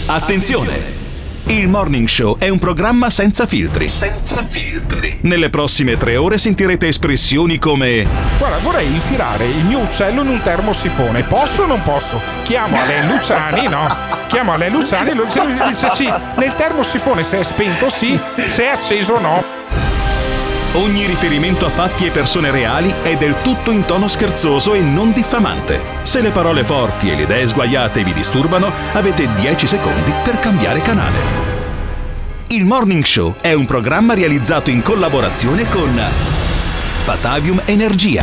Attenzione! Il Morning Show è un programma senza filtri. Senza filtri. Nelle prossime 3 ore sentirete espressioni come: guarda, vorrei infilare il mio uccello in un termosifone. Posso o non posso? Chiamo Ale Luciani, no? Chiamo Ale Luciani e lui dice sì. Nel termosifone se è spento sì, se è acceso no. Ogni riferimento a fatti e persone reali è del tutto in tono scherzoso e non diffamante. Se le parole forti e le idee sguaiate vi disturbano, avete 10 secondi per cambiare canale. Il Morning Show è un programma realizzato in collaborazione con Batavium Energia.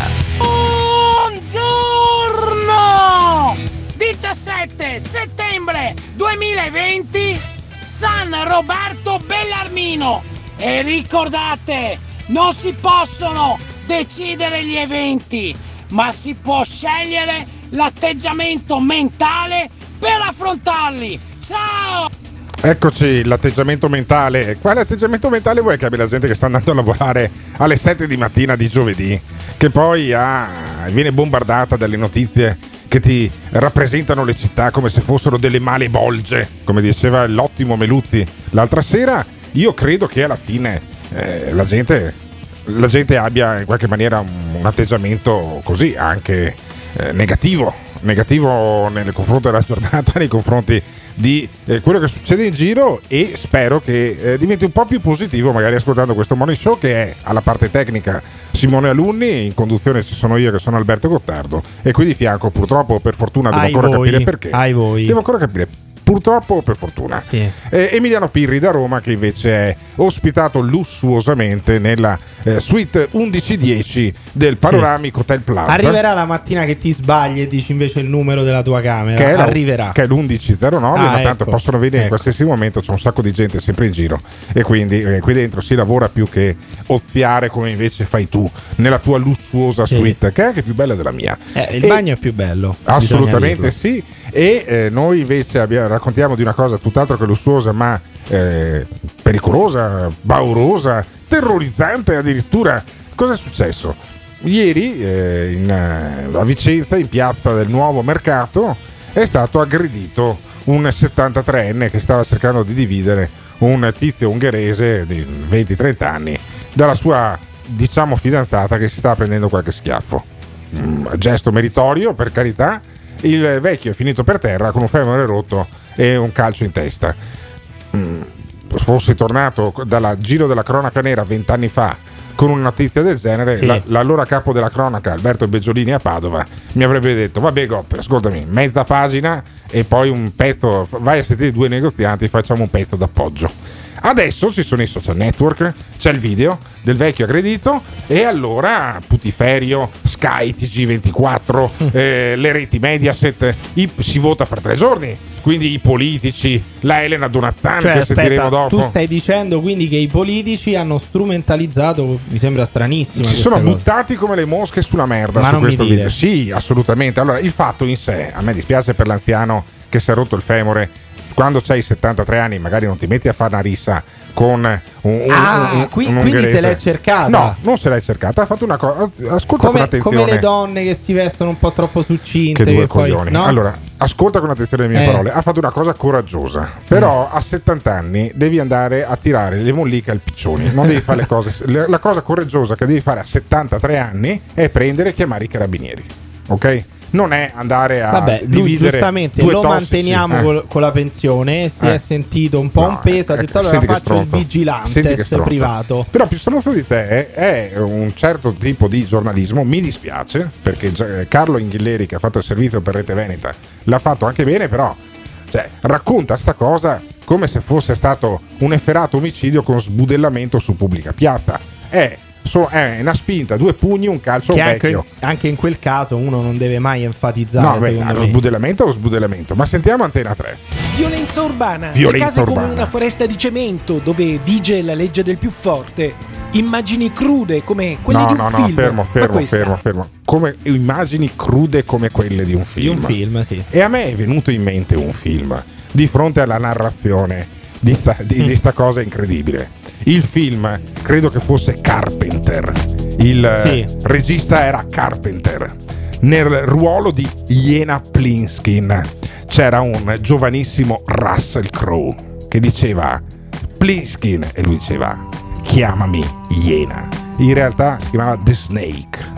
Buongiorno! 17 settembre 2020, San Roberto Bellarmino. E ricordate, non si possono decidere gli eventi, ma si può scegliere l'atteggiamento mentale per affrontarli. Ciao! Eccoci, l'atteggiamento mentale. Quale atteggiamento mentale vuoi che abbia la gente che sta andando a lavorare alle 7 di mattina di giovedì, che poi viene bombardata dalle notizie che ti rappresentano le città come se fossero delle male bolge, come diceva l'ottimo Meluzzi l'altra sera? Io credo che alla fine la gente abbia in qualche maniera un atteggiamento così anche negativo nei confronti della giornata, nei confronti di quello che succede in giro, e spero che diventi un po' più positivo magari ascoltando questo Morning Show, che è alla parte tecnica Simone Alunni, in conduzione ci sono io che sono Alberto Gottardo, e qui di fianco purtroppo, per fortuna devo ancora capire perché, devo ancora capire purtroppo o per fortuna, sì. Emiliano Pirri da Roma, che invece è ospitato lussuosamente nella suite 1110 del Panoramic Hotel Plaza. Arriverà la mattina che ti sbagli e dici invece il numero della tua camera, che arriverà, che è l'1109, ma tanto possono venire in qualsiasi momento, c'è un sacco di gente sempre in giro, e quindi qui dentro si lavora più che oziare come invece fai tu nella tua lussuosa suite, che è anche più bella della mia. Il bagno è più bello, assolutamente sì. E noi invece raccontiamo di una cosa tutt'altro che lussuosa, ma pericolosa, paurosa, terrorizzante addirittura. Cosa è successo? Ieri a Vicenza, in piazza del Nuovo Mercato, è stato aggredito un 73enne che stava cercando di dividere un tizio ungherese di 20-30 anni dalla sua, diciamo, fidanzata, che si stava prendendo qualche schiaffo. Gesto meritorio, per carità. Il vecchio è finito per terra con un femore rotto e un calcio in testa. Fosse tornato dal giro della cronaca nera 20 anni fa con una notizia del genere, sì, l'allora capo della cronaca Alberto Beggiolini a Padova mi avrebbe detto: vabbè Goppe, ascoltami, mezza pagina e poi un pezzo, vai a sentire 2 negozianti, facciamo un pezzo d'appoggio. Adesso ci sono i social network, c'è il video del vecchio aggredito, e allora Putiferio, Sky, TG24, le reti Mediaset, si vota fra 3 giorni, quindi i politici, la Elena Donazzani, che sentiremo dopo. Tu stai dicendo quindi che i politici hanno strumentalizzato, mi sembra stranissimo, si sono buttati come le mosche sulla merda, ma su questo video. Sì, assolutamente. Allora, il fatto in sé, a me dispiace per l'anziano che si è rotto il femore. Quando c'hai 73 anni magari non ti metti a fare una rissa con quindi se l'è cercata. No, non se l'è cercata, ha fatto una cosa, ascolta con attenzione. Come le donne che si vestono un po' troppo succinte, che due coglioni, no? Allora, ascolta con attenzione le mie parole. Ha fatto una cosa coraggiosa, però a 70 anni devi andare a tirare le molliche al piccioni, non devi fare le cose. La cosa coraggiosa che devi fare a 73 anni è prendere e chiamare i carabinieri, ok? Non è andare a dividere. Giustamente due lo tossici, manteniamo con la pensione. Si è sentito un po' un peso. Ha detto: allora faccio il vigilante privato. Però più stronzo di te è un certo tipo di giornalismo. Mi dispiace, perché Carlo Inghilleri, che ha fatto il servizio per Rete Veneta, l'ha fatto anche bene, però racconta sta cosa come se fosse stato un efferato omicidio con sbudellamento su pubblica piazza. È una spinta, 2 pugni, un calcio a un vecchio. Anche in quel caso uno non deve mai enfatizzare. No, lo sbudellamento è lo sbudellamento. Ma sentiamo Antena 3. Violenza urbana. Le case come una foresta di cemento dove vige la legge del più forte. Immagini crude come quelle di un film. Fermo. Come immagini crude come quelle di un film. Di un film, sì. E a me è venuto in mente un film di fronte alla narrazione di sta cosa incredibile. Il film credo che fosse Carpenter, il regista era Carpenter, nel ruolo di Jena Plinskin. c'era un giovanissimo Russell Crowe che diceva Plinskin e lui diceva chiamami Iena. In realtà si chiamava The Snake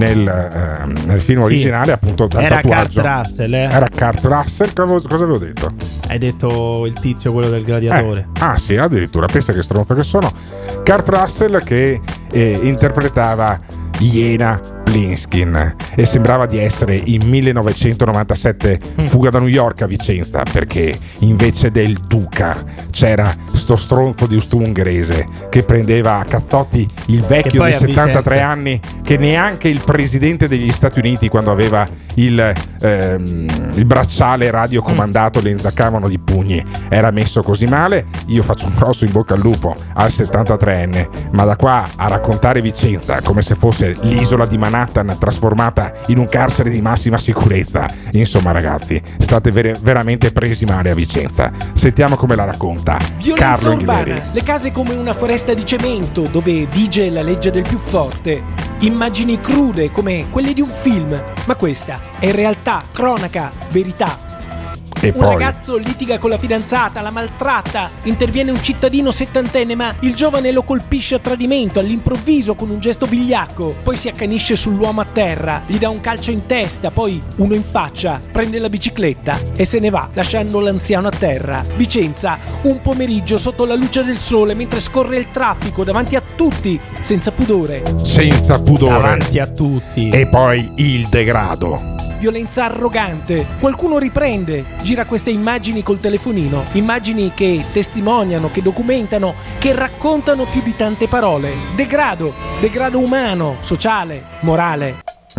nel film originale, appunto dal tatuaggio. Era Kurt Russell. Cosa avevo detto? Hai detto il tizio, quello del gladiatore. Sì, addirittura, pensa che stronzo che sono. Kurt Russell che interpretava Iena Plinskin e sembrava di essere in 1997 Fuga da New York a Vicenza, perché invece del duca c'era sto stronzo di ungherese che prendeva a cazzotti il vecchio di 73 anni che neanche il presidente degli Stati Uniti, quando aveva il bracciale radiocomandato, le inzaccavano di pugni, era messo così male. Io faccio un grosso in bocca al lupo al 73enne, ma da qua a raccontare Vicenza come se fosse l'isola di Manhattan trasformata in un carcere di massima sicurezza, insomma ragazzi, state veramente presi male a Vicenza. Sentiamo come la racconta Carlo Inghileri. Le case come una foresta di cemento dove vige la legge del più forte, immagini crude come quelle di un film, ma questa è realtà, cronaca, verità. E un ragazzo litiga con la fidanzata, la maltratta, interviene un cittadino settantenne, ma il giovane lo colpisce a tradimento all'improvviso con un gesto vigliacco, poi si accanisce sull'uomo a terra, gli dà un calcio in testa, poi uno in faccia, prende la bicicletta e se ne va lasciando l'anziano a terra. Vicenza, un pomeriggio sotto la luce del sole mentre scorre il traffico davanti a tutti, senza pudore, davanti a tutti, e poi il degrado. Violenza arrogante. Qualcuno riprende, gira queste immagini col telefonino, immagini che testimoniano, che documentano, che raccontano più di tante parole. Degrado umano, sociale, morale,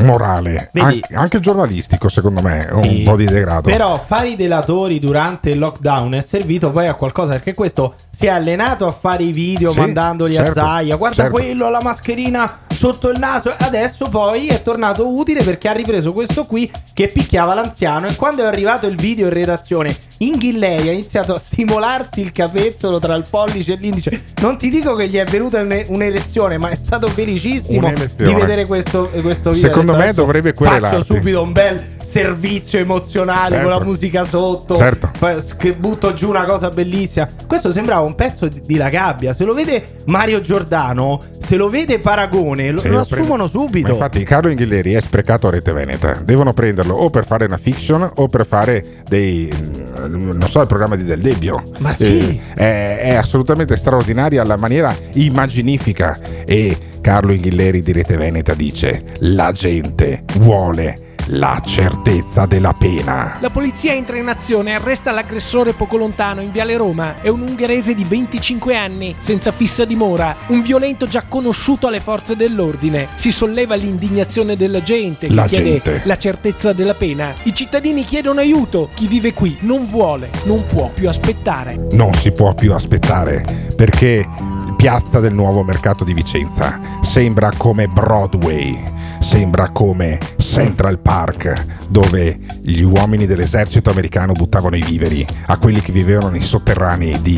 anche giornalistico, secondo me, un po' di degrado. Però fare i delatori durante il lockdown è servito poi a qualcosa, perché questo si è allenato a fare i video mandandoli a Zaia, guarda quello, la mascherina sotto il naso. Adesso poi è tornato utile perché ha ripreso questo qui che picchiava l'anziano, e quando è arrivato il video in redazione Inghileri ha iniziato a stimolarsi il capezzolo tra il pollice e l'indice. Non ti dico che gli è venuta un'erezione, ma è stato felicissimo di vedere questo video. Secondo me dovrebbe querelarsi. Faccio subito un bel servizio emozionale con la musica sotto, poi butto giù una cosa bellissima. Questo sembrava un pezzo di La Gabbia. Se lo vede Mario Giordano, se lo vede Paragone, lo assumono subito. Ma infatti Carlo Inghileri è sprecato a Rete Veneta. Devono prenderlo o per fare una fiction o per fare il programma di Del Debbio. Ma sì, è assolutamente straordinaria la maniera immaginifica. E Carlo Inghileri di Rete Veneta dice: la gente vuole la certezza della pena. La polizia entra in azione e arresta l'aggressore poco lontano in Viale Roma. È un ungherese di 25 anni, senza fissa dimora, un violento già conosciuto alle forze dell'ordine. Si solleva l'indignazione della gente che chiede la certezza della pena. I cittadini chiedono aiuto. Chi vive qui non può più aspettare. Non si può più aspettare, perché Piazza del Nuovo Mercato di Vicenza sembra come Broadway, sembra come Central Park, dove gli uomini dell'esercito americano buttavano i viveri a quelli che vivevano nei sotterranei di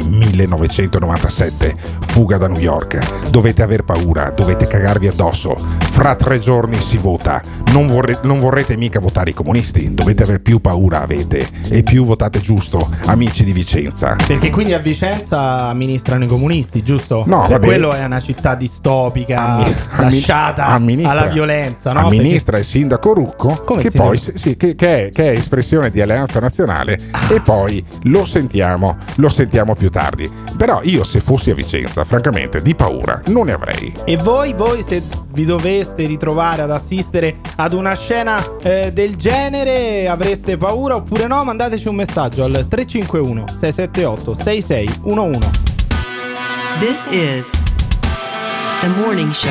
1997, Fuga da New York. Dovete aver paura, dovete cagarvi addosso. Fra 3 giorni si vota. Non vorrete mica votare i comunisti, dovete aver più paura, avete, e più votate giusto, amici di Vicenza. Perché quindi a Vicenza amministrano i comunisti, giusto? No, per quello è una città distopica, lasciata alla violenza, no? Amministra il sindaco Rucco, che poi che è espressione di Alleanza Nazionale, e poi lo sentiamo più tardi. Però io, se fossi a Vicenza, francamente di paura non ne avrei. E voi se vi doveste ritrovare ad assistere ad una scena del genere, avreste paura oppure no? Mandateci un messaggio al 351 678 6611. This is The Morning Show.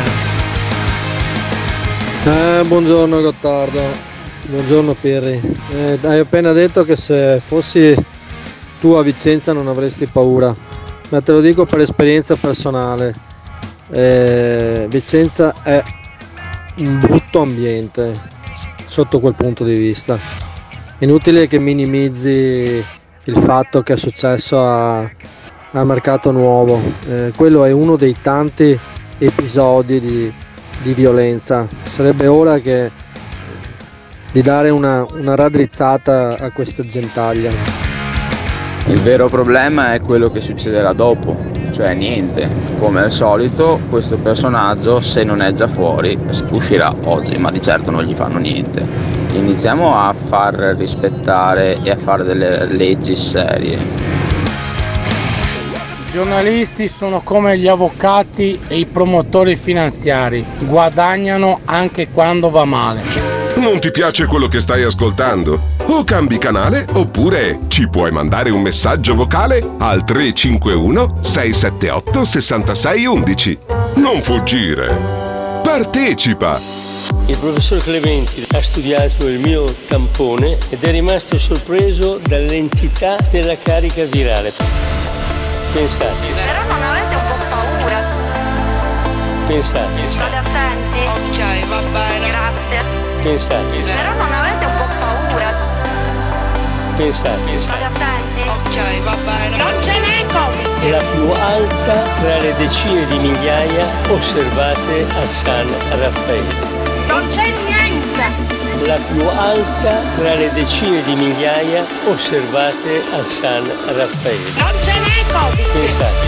Buongiorno Gottardo, buongiorno Pirri. Hai appena detto che se fossi tu a Vicenza non avresti paura, ma te lo dico per esperienza personale. Vicenza è un brutto ambiente sotto quel punto di vista. Inutile che minimizzi il fatto che è successo al Mercato Nuovo. Quello è uno dei tanti episodi di violenza. Sarebbe ora che di dare una raddrizzata a questa gentaglia. Il vero problema è quello che succederà dopo, cioè niente. Come al solito questo personaggio, se non è già fuori, uscirà oggi, ma di certo non gli fanno niente. Iniziamo a far rispettare e a fare delle leggi serie. I giornalisti sono come gli avvocati e i promotori finanziari, guadagnano anche quando va male. Non ti piace quello che stai ascoltando? O cambi canale oppure ci puoi mandare un messaggio vocale al 351 678 6611. Non fuggire! Partecipa! Il professor Clementi ha studiato il mio tampone ed è rimasto sorpreso dall'entità della carica virale. Pensate. Però non avete un po' paura? Pensate. State attenti? Ok, va bene. Grazie. Pensate. Però non avete un po' paura? Pensate. State attenti? Ok, va bene. Non ce n'è Covid! La più alta tra le decine di migliaia osservate a San Raffaele. Non c'è niente! La più alta tra le decine di migliaia osservate a San Raffaele. Non ce n'è Covid! Pensate.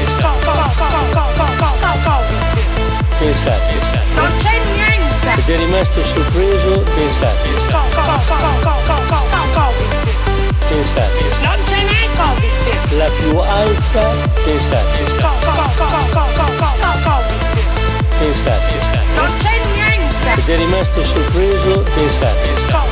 Pensate. Non c'è niente! Ed è rimasto sorpreso, pensate. Pensate. Non ce n'è Covid! La più alta, pensate. Pensate. Non c'è niente! Ed è rimasto sorpreso, pensate.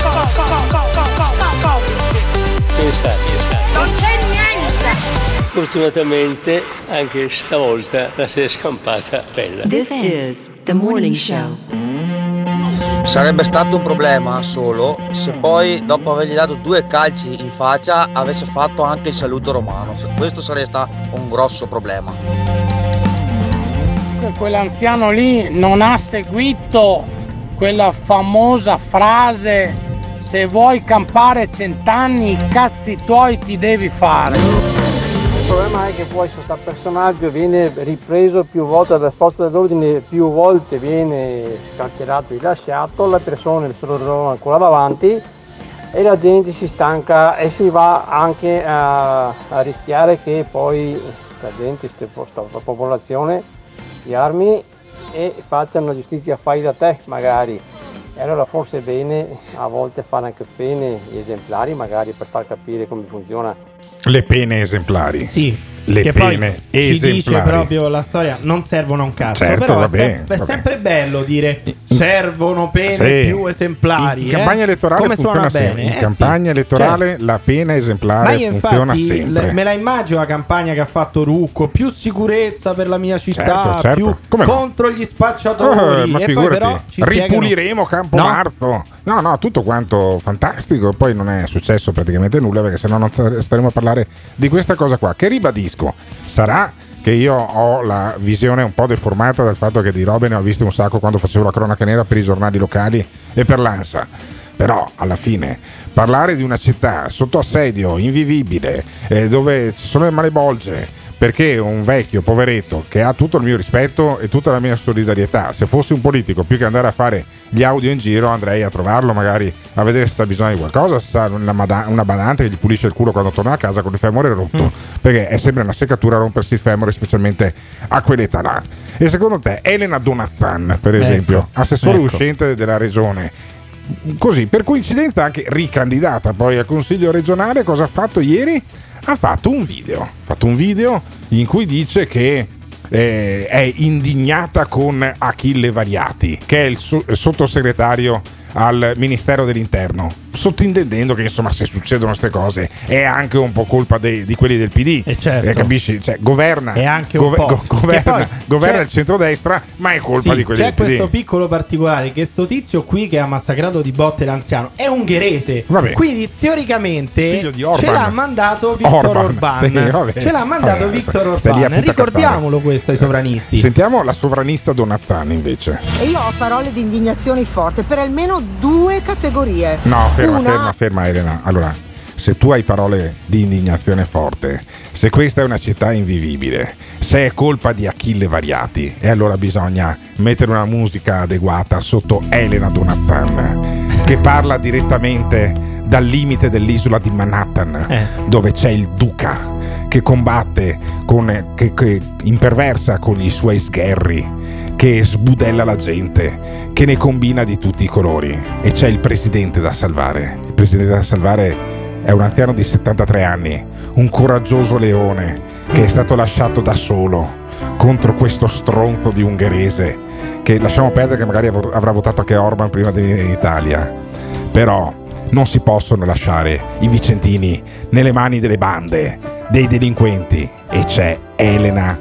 Pensate. Non c'è niente! Fortunatamente anche stavolta la si è scampata bella. This is the morning show. Sarebbe stato un problema solo se poi, dopo avergli dato 2 calci in faccia, avesse fatto anche il saluto romano. Questo sarebbe stato un grosso problema. Quell'anziano lì non ha seguito quella famosa frase: se vuoi campare 100 anni, i cazzi tuoi ti devi fare. Il problema è che poi questo personaggio viene ripreso più volte dalle forze dell'ordine, più volte viene scarcerato e rilasciato, le persone se lo trovano ancora davanti e la gente si stanca e si va anche a rischiare che poi la gente, questa popolazione, si armi e facciano giustizia fai da te magari. E allora forse è bene a volte fare anche pene esemplari, magari per far capire come funziona. Le pene esemplari. Sì. Le che pene poi ci esemplari. dice proprio la storia, non servono a un cazzo. Certo, però vabbè, è sempre bello dire servono pene sì. più esemplari. In campagna elettorale come funziona suona sempre. bene. In campagna elettorale certo. la pena esemplare Ma io funziona infatti sempre. me la immagino la campagna che ha fatto Rucco: più sicurezza per la mia città, certo. più Come contro gli spacciatori. Ma e figurati, poi però ci ripuliremo Campomarzo. No, tutto quanto fantastico. Poi non è successo praticamente nulla, perché sennò non staremo a parlare di questa cosa qua, che ribadisco, sarà che io ho la visione un po' deformata dal fatto che di robe ne ho viste un sacco quando facevo la cronaca nera per i giornali locali e per l'ANSA. Però alla fine parlare di una città sotto assedio, invivibile, dove ci sono le malebolge, perché un vecchio poveretto, che ha tutto il mio rispetto e tutta la mia solidarietà, se fossi un politico, più che andare a fare gli audio in giro, andrei a trovarlo magari a vedere se ha bisogno di qualcosa, se ha una badante che gli pulisce il culo quando torna a casa con il femore rotto, perché è sempre una seccatura rompersi il femore, specialmente a quell'età là. E secondo te Elena Donazzan, per esempio, assessore uscente della regione, così per coincidenza anche ricandidata poi al consiglio regionale, cosa ha fatto ieri? Ha fatto un video in cui dice che è indignata con Achille Variati, che è il sottosegretario al Ministero dell'Interno, sottintendendo che insomma se succedono queste cose è anche un po' colpa di quelli del PD, certo. Capisci? Cioè, governa è anche un po'. governa il centrodestra, ma è colpa di quelli del PD. C'è questo piccolo particolare, che sto tizio qui che ha massacrato di botte l'anziano è ungherese, quindi teoricamente ce l'ha mandato Viktor Orban. Ce l'ha mandato Viktor Orban, ricordiamolo questo ai sovranisti. Sentiamo la sovranista Donazzan invece. E io ho parole di indignazione forte per almeno 2 categorie. No, ferma Elena. Allora, se tu hai parole di indignazione forte, se questa è una città invivibile, se è colpa di Achille Variati, e allora bisogna mettere una musica adeguata sotto Elena Donazzan. che parla direttamente dal limite dell'isola di Manhattan, dove c'è il duca che combatte che imperversa con i suoi sgherri, che sbudella la gente, che ne combina di tutti i colori, e c'è il presidente da salvare. Il presidente da salvare è un anziano di 73 anni, un coraggioso leone che è stato lasciato da solo contro questo stronzo di ungherese, che lasciamo perdere che magari avrà votato anche Orban prima di venire in Italia. Però non si possono lasciare i vicentini nelle mani delle bande, dei delinquenti, e c'è Elena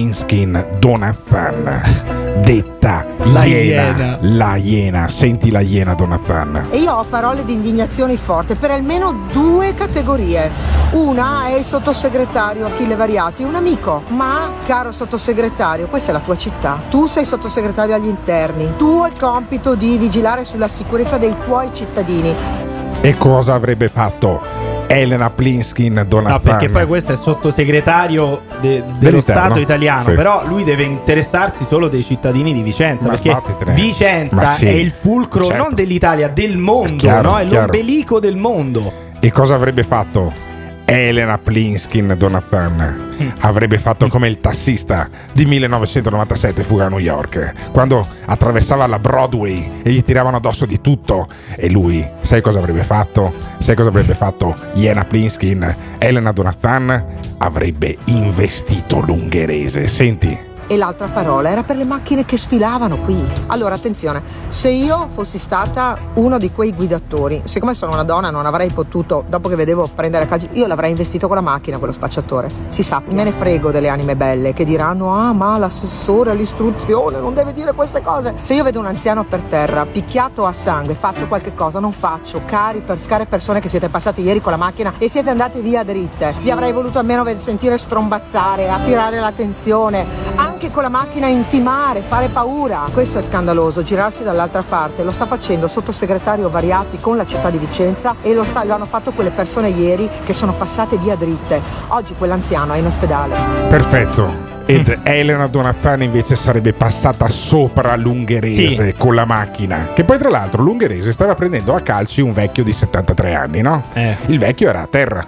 Plinskin-Donazan, detta la iena. La iena, senti la iena Donazan. E io ho parole di indignazione forte per almeno 2 categorie. Una è il sottosegretario Achille Variati, un amico. Ma, caro sottosegretario, questa è la tua città. Tu sei sottosegretario agli interni. Tu hai il compito di vigilare sulla sicurezza dei tuoi cittadini. E cosa avrebbe fatto Elena Plinskin-Donazan? No, perché poi questo è sottosegretario dello Stato italiano, sì. Però lui deve interessarsi solo dei cittadini di Vicenza, perché Vicenza è il fulcro, certo, non dell'Italia, del mondo, chiaro, no? È l'ombelico del mondo. E cosa avrebbe fatto Elena Plinskin-Donazan? Avrebbe fatto come il tassista di 1997 Fuga a New York, quando attraversava la Broadway e gli tiravano addosso di tutto. E lui, sai cosa avrebbe fatto? Sai cosa avrebbe fatto Elena Plinskin? Elena Donazan avrebbe investito l'ungherese. Senti. E l'altra parola era per le macchine che sfilavano qui. Allora, attenzione, se io fossi stata uno di quei guidatori, siccome sono una donna non avrei potuto, dopo che vedevo prendere a calci, io l'avrei investito con la macchina, quello spacciatore. Si sa, me ne frego delle anime belle che diranno: ah, ma l'assessore all'istruzione non deve dire queste cose. Se io vedo un anziano per terra, picchiato a sangue, faccio qualche cosa? Non faccio. Care persone che siete passate ieri con la macchina e siete andate via dritte, vi avrei voluto almeno sentire strombazzare, attirare l'attenzione, anche con la macchina intimare, fare paura. Questo è scandaloso, girarsi dall'altra parte. Lo sta facendo il sottosegretario Variati con la città di Vicenza e lo hanno fatto quelle persone ieri che sono passate via dritte. Oggi quell'anziano è in ospedale. Perfetto. Ed Elena Donazan invece sarebbe passata sopra l'ungherese, sì, con la macchina. Che poi tra l'altro l'ungherese stava prendendo a calci un vecchio di 73 anni, no? Il vecchio era a terra.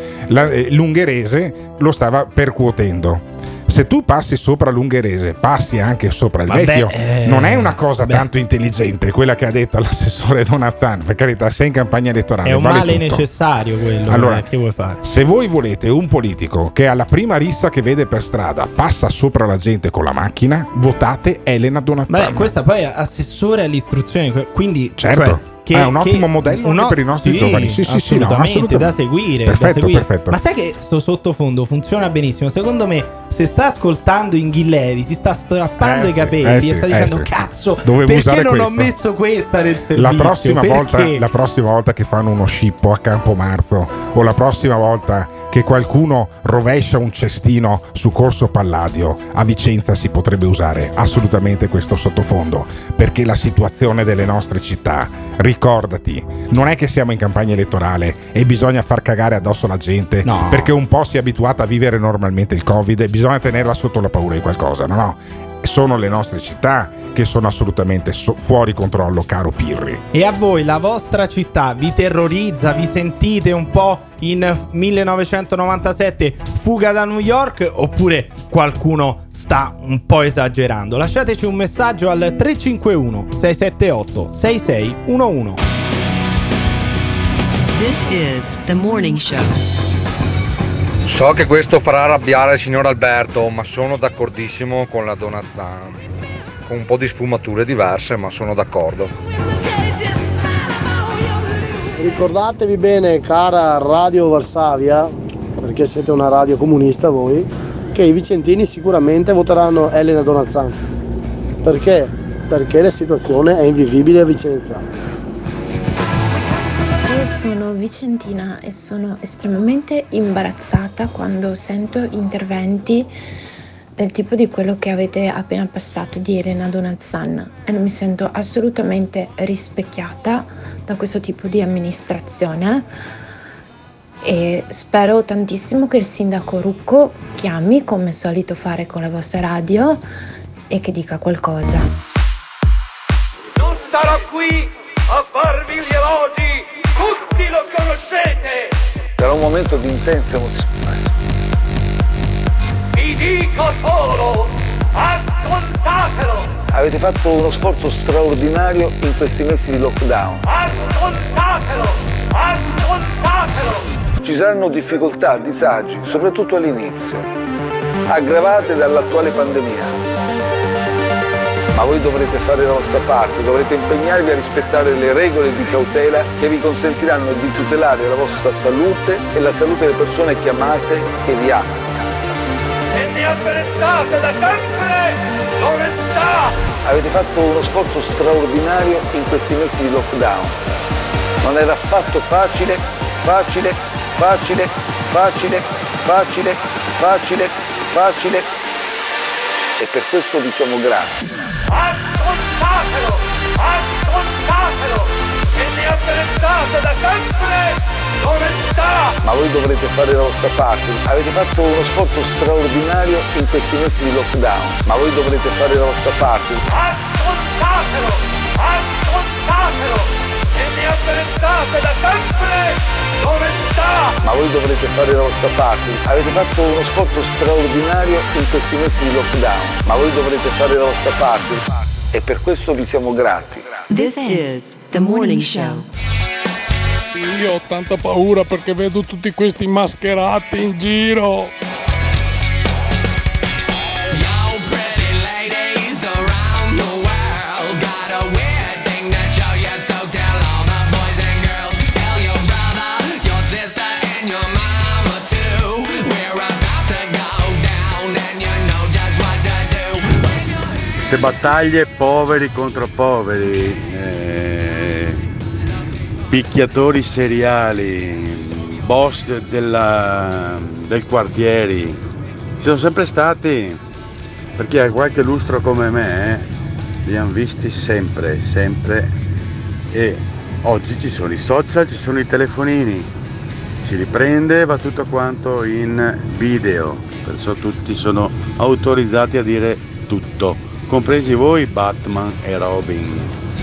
L'ungherese lo stava percuotendo. Se tu passi sopra l'ungherese, passi anche sopra il vecchio. Non è una cosa tanto intelligente quella che ha detto l'assessore Donazan. Per carità, sei in campagna elettorale. È un vale male tutto. Necessario quello. Allora, che vuoi fare? Se voi volete un politico che alla prima rissa che vede per strada passa sopra la gente con la macchina, votate Elena Donazan. Questa poi è assessore all'istruzione, quindi certo. È un ottimo modello anche per i nostri giovani. Sì, assolutamente, da seguire. Perfetto. Ma sai che sto sottofondo funziona benissimo? Secondo me, se sta ascoltando Inghilleri, si sta strappando i capelli e sta dicendo: cazzo, dovevo perché non ho messo questa nel servizio? La prossima volta che fanno uno scippo a Campomarzo, o la prossima volta che qualcuno rovescia un cestino su Corso Palladio, a Vicenza si potrebbe usare assolutamente questo sottofondo, perché la situazione delle nostre città, ricordati, non è che siamo in campagna elettorale e bisogna far cagare addosso la gente, no, perché un po' si è abituata a vivere normalmente il Covid e bisogna tenerla sotto la paura di qualcosa, no. Sono le nostre città che sono assolutamente fuori controllo, caro Pirri. E a voi la vostra città vi terrorizza? Vi sentite un po' in 1997 Fuga da New York, oppure qualcuno sta un po' esagerando? Lasciateci un messaggio al 351 678 6611. This is the morning show. So che questo farà arrabbiare il signor Alberto, ma sono d'accordissimo con la Donazan, con un po' di sfumature diverse, ma sono d'accordo. Ricordatevi bene, cara Radio Varsavia, perché siete una radio comunista voi, che i vicentini sicuramente voteranno Elena Donazan. Perché? Perché la situazione è invivibile a Vicenza. Io sono vicentina e sono estremamente imbarazzata quando sento interventi del tipo di quello che avete appena passato di Elena Donazan, e non mi sento assolutamente rispecchiata da questo tipo di amministrazione, e spero tantissimo che il sindaco Rucco chiami, come solito fare con la vostra radio, e che dica qualcosa. Non starò qui a fare farvi gli elogi, tutti lo conoscete. Era un momento di intensa emozione. Vi dico solo, ascoltatelo. Avete fatto uno sforzo straordinario in questi mesi di lockdown. Ascoltatelo, ascoltatelo. Ci saranno difficoltà, disagi, soprattutto all'inizio, aggravate dall'attuale pandemia. Ma voi dovrete fare la vostra parte, dovrete impegnarvi a rispettare le regole di cautela che vi consentiranno di tutelare la vostra salute e la salute delle persone che amate e vi amano. E ne apprezzate da sempre l'onestà. Avete fatto uno sforzo straordinario in questi mesi di lockdown. Non era affatto facile, facile, facile, facile, facile, facile, facile. E per questo vi siamo grati. Ascoltatelo, ascoltatelo, e ne apprezzate da sempre l'onestà. Ma voi dovrete fare la vostra parte. Avete fatto uno sforzo straordinario in questi mesi di lockdown. Ma voi dovrete fare la vostra parte. Ascoltatelo, ascoltatelo, e ne apprezzate da sempre l'onestà. Ma voi dovrete fare la vostra parte. Avete fatto uno sforzo straordinario in questi mesi di lockdown. Ma voi dovrete fare la vostra parte. E per questo vi siamo grati. This is the morning show. Io ho tanta paura perché vedo tutti questi mascherati in giro. Queste battaglie poveri contro poveri, picchiatori seriali, boss del quartieri, ci sono sempre stati, perché a qualche lustro come me li hanno visti sempre, e oggi ci sono i social, ci sono i telefonini, si riprende, va tutto quanto in video, perciò tutti sono autorizzati a dire tutto, compresi voi Batman e Robin.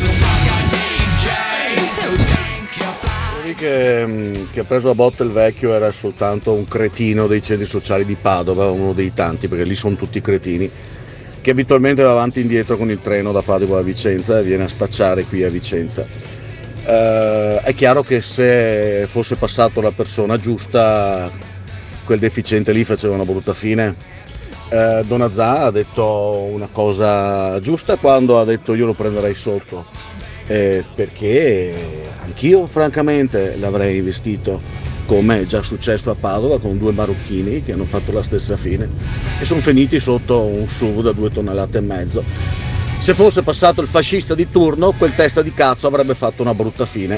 Che ha preso a botte il vecchio era soltanto un cretino dei centri sociali di Padova, uno dei tanti, perché lì sono tutti cretini, che abitualmente va avanti e indietro con il treno da Padova a Vicenza e viene a spacciare qui a Vicenza. È chiaro che se fosse passato la persona giusta, quel deficiente lì faceva una brutta fine. Donazà ha detto una cosa giusta quando ha detto io lo prenderei sotto, perché anch'io francamente l'avrei investito, come è già successo a Padova con 2 marocchini che hanno fatto la stessa fine e sono finiti sotto un SUV da 2,5 tonnellate. Se fosse passato il fascista di turno, quel testa di cazzo avrebbe fatto una brutta fine.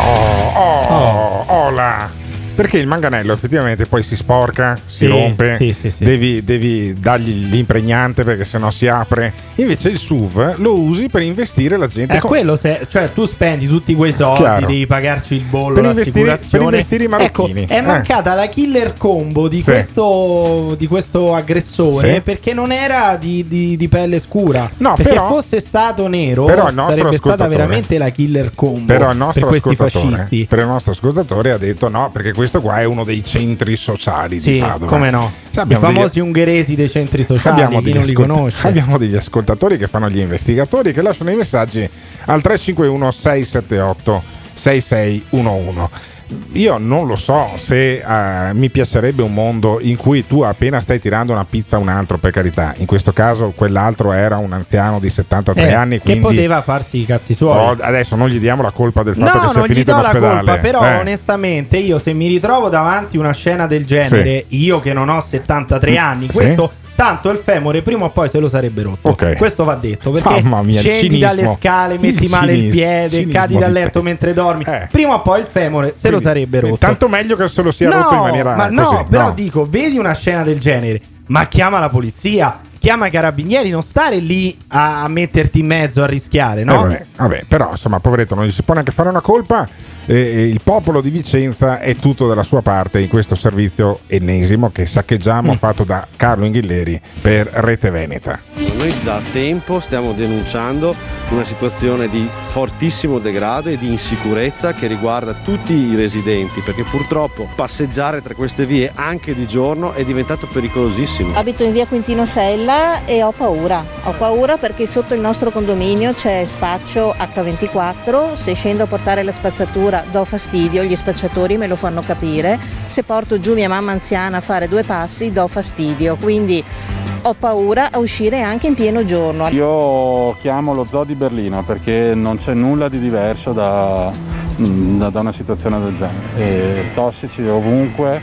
Là. Perché il manganello effettivamente poi si sporca, si rompe, sì. Devi dargli l'impregnante perché sennò si apre. Invece il SUV lo usi per investire la gente. Quello cioè tu spendi tutti quei soldi, Chiaro. Devi pagarci il bollo, per l'assicurazione. Per investire i marocchini. Ecco, è mancata la killer combo di questo aggressore, perché non era di pelle scura. No, perché però, fosse stato nero sarebbe stata veramente la killer combo per questi fascisti. Per il nostro ascoltatore ha detto no, perché questo qua è uno dei centri sociali di Padova. Come no? I famosi ungheresi dei centri sociali, chi non li conosce. Abbiamo degli ascoltatori che fanno gli investigatori, che lasciano i messaggi al 351 678 6611. Io non lo so se mi piacerebbe un mondo in cui tu appena stai tirando una pizza a un altro, per carità, in questo caso quell'altro era un anziano di 73 anni, quindi che poteva farsi i cazzi suoi. Adesso non gli diamo la colpa del fatto che sia finito in ospedale. No, non gli do la colpa, però onestamente io se mi ritrovo davanti una scena del genere, io che non ho 73 anni, questo tanto il femore prima o poi se lo sarebbe rotto. Questo va detto, perché scendi dalle scale, metti male il piede, cadi dal letto mentre dormi, prima o poi il femore se lo sarebbe rotto. Tanto meglio che se lo sia rotto in maniera così. Però dico, vedi una scena del genere, ma chiama la polizia, chiama i carabinieri, non stare lì a metterti in mezzo a rischiare, no? Vabbè, però insomma, poveretto, non gli si può neanche fare una colpa. Il popolo di Vicenza è tutto dalla sua parte in questo servizio ennesimo che saccheggiamo fatto da Carlo Inghilleri per Rete Veneta. Noi da tempo stiamo denunciando una situazione di fortissimo degrado e di insicurezza che riguarda tutti i residenti, perché purtroppo passeggiare tra queste vie anche di giorno è diventato pericolosissimo. Abito in via Quintino Sella e ho paura perché sotto il nostro condominio c'è spaccio H24, se scendo a portare la spazzatura do fastidio, gli spacciatori me lo fanno capire, se porto giù mia mamma anziana a fare 2 passi do fastidio, quindi ho paura a uscire anche in pieno giorno. Io chiamo lo zoo di Berlino perché non c'è nulla di diverso da una situazione del genere. Tossici ovunque,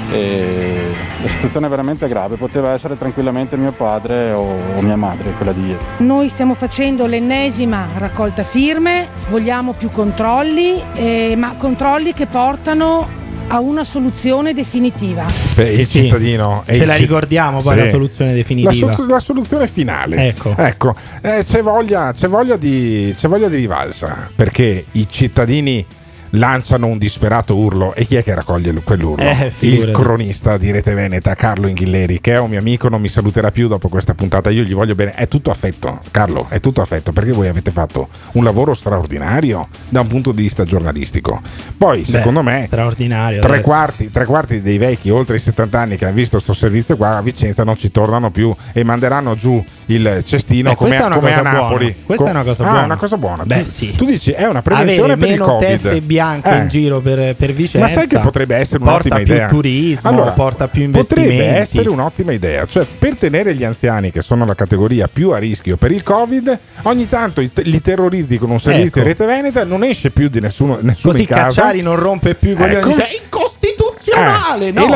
la situazione è veramente grave, poteva essere tranquillamente mio padre o mia madre, quella di ieri. Noi stiamo facendo l'ennesima raccolta firme, vogliamo più controlli, ma controlli che portano a una soluzione definitiva. Il cittadino ce la ricordiamo poi la soluzione definitiva, la soluzione finale. Ecco. C'è voglia di rivalsa, perché i cittadini lanciano un disperato urlo, e chi è che raccoglie quell'urlo? Il cronista di Rete Veneta Carlo Inghilleri, che è un mio amico, non mi saluterà più dopo questa puntata, io gli voglio bene, è tutto affetto. Carlo, è tutto affetto, perché voi avete fatto un lavoro straordinario da un punto di vista giornalistico. Poi secondo me straordinario, tre quarti dei vecchi oltre i 70 anni che hanno visto questo servizio qua a Vicenza non ci tornano più e manderanno giù il cestino come a Napoli. Questa è una cosa buona. Una cosa buona. Sì. Tu dici è una prevenzione avere per il Covid. Teste bianche in giro per Vicenza. Ma sai che potrebbe essere un'ottima idea? Porta più turismo, porta più investimenti. Potrebbe essere un'ottima idea, cioè per tenere gli anziani, che sono la categoria più a rischio per il Covid, ogni tanto li terrorizzi con un servizio Rete Veneta, non esce più di nessuno così in casa. Cacciari non rompe più i coglioni, dice è incostituzionale, no?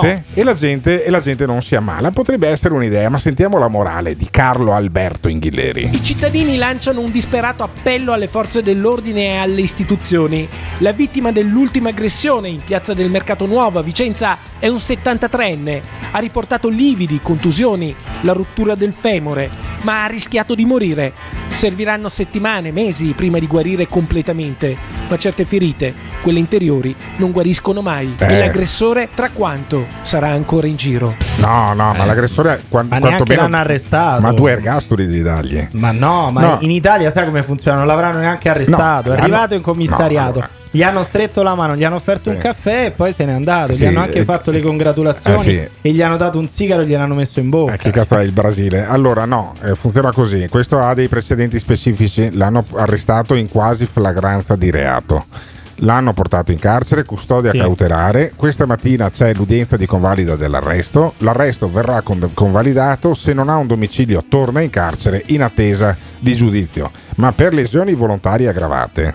E la gente non si ammala. Potrebbe essere un'idea, ma sentiamo la morale di Carlo Alberto Inghilleri. I cittadini lanciano un disperato appello alle forze dell'ordine e alle istituzioni. La vittima dell'ultima aggressione in piazza del Mercato Nuovo a Vicenza è un 73enne. Ha riportato lividi, contusioni, la rottura del femore, ma ha rischiato di morire. Serviranno settimane, mesi prima di guarire completamente, ma certe ferite, quelle interiori, non guariscono mai. E l'aggressore tra quanto sarà ancora in giro? No, ma l'aggressore ma neanche l'hanno arrestato. Ma 2 ergastoli devi dargli. Ma no, in Italia sai come funziona? Non l'avranno neanche arrestato. È arrivato in commissariato. Gli hanno stretto la mano, gli hanno offerto un caffè e poi se n'è andato. Gli hanno anche fatto le congratulazioni e gli hanno dato un sigaro e gliel'hanno messo in bocca. Che cazzo è il Brasile? Allora funziona così. Questo ha dei precedenti specifici. L'hanno arrestato in quasi flagranza di reato. L'hanno portato in carcere, custodia cautelare. Questa mattina c'è l'udienza di convalida dell'arresto. L'arresto verrà convalidato. Se non ha un domicilio torna in carcere in attesa di giudizio. Ma per lesioni volontarie aggravate,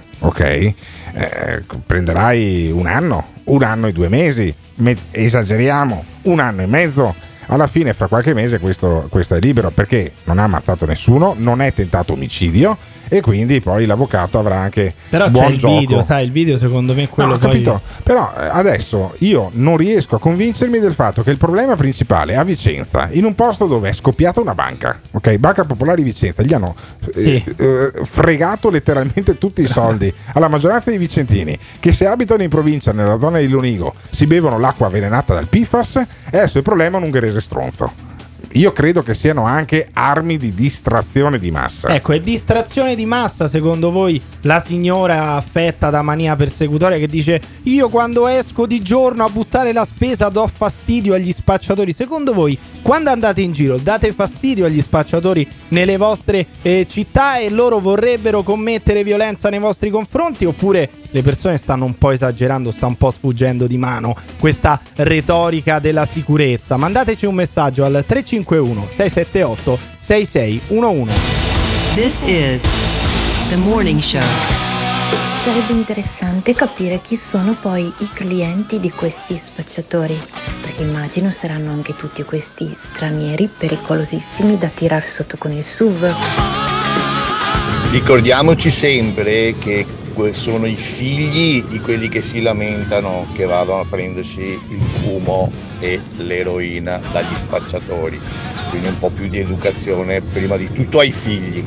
prenderai un anno e 2 mesi. Esageriamo, 1 anno e mezzo. Alla fine, fra qualche mese, questo è libero, perché non ha ammazzato nessuno, non è tentato omicidio, e quindi poi l'avvocato avrà anche però buon c'è il gioco. video, sai, il video secondo me è quello capito. Però adesso io non riesco a convincermi del fatto che il problema principale è a Vicenza, in un posto dove è scoppiata una banca, Banca Popolare di Vicenza, gli hanno fregato letteralmente tutti i soldi alla maggioranza dei vicentini che se abitano in provincia nella zona di Lonigo si bevono l'acqua avvelenata dal PFAS, e adesso il problema è un ungherese stronzo. Io credo che siano anche armi di distrazione di massa. Ecco, è distrazione di massa secondo voi la signora affetta da mania persecutoria che dice io quando esco di giorno a buttare la spesa do fastidio agli spacciatori? Secondo voi quando andate in giro date fastidio agli spacciatori nelle vostre città e loro vorrebbero commettere violenza nei vostri confronti, oppure le persone stanno un po' esagerando, sta un po' sfuggendo di mano questa retorica della sicurezza? Mandateci un messaggio al 351 678 6611. This is The Morning Show. Sarebbe interessante capire chi sono poi i clienti di questi spacciatori, perché immagino saranno anche tutti questi stranieri pericolosissimi da tirar sotto con il SUV. Ricordiamoci sempre che sono i figli di quelli che si lamentano che vadano a prendersi il fumo e l'eroina dagli spacciatori, quindi un po' più di educazione prima di tutto ai figli.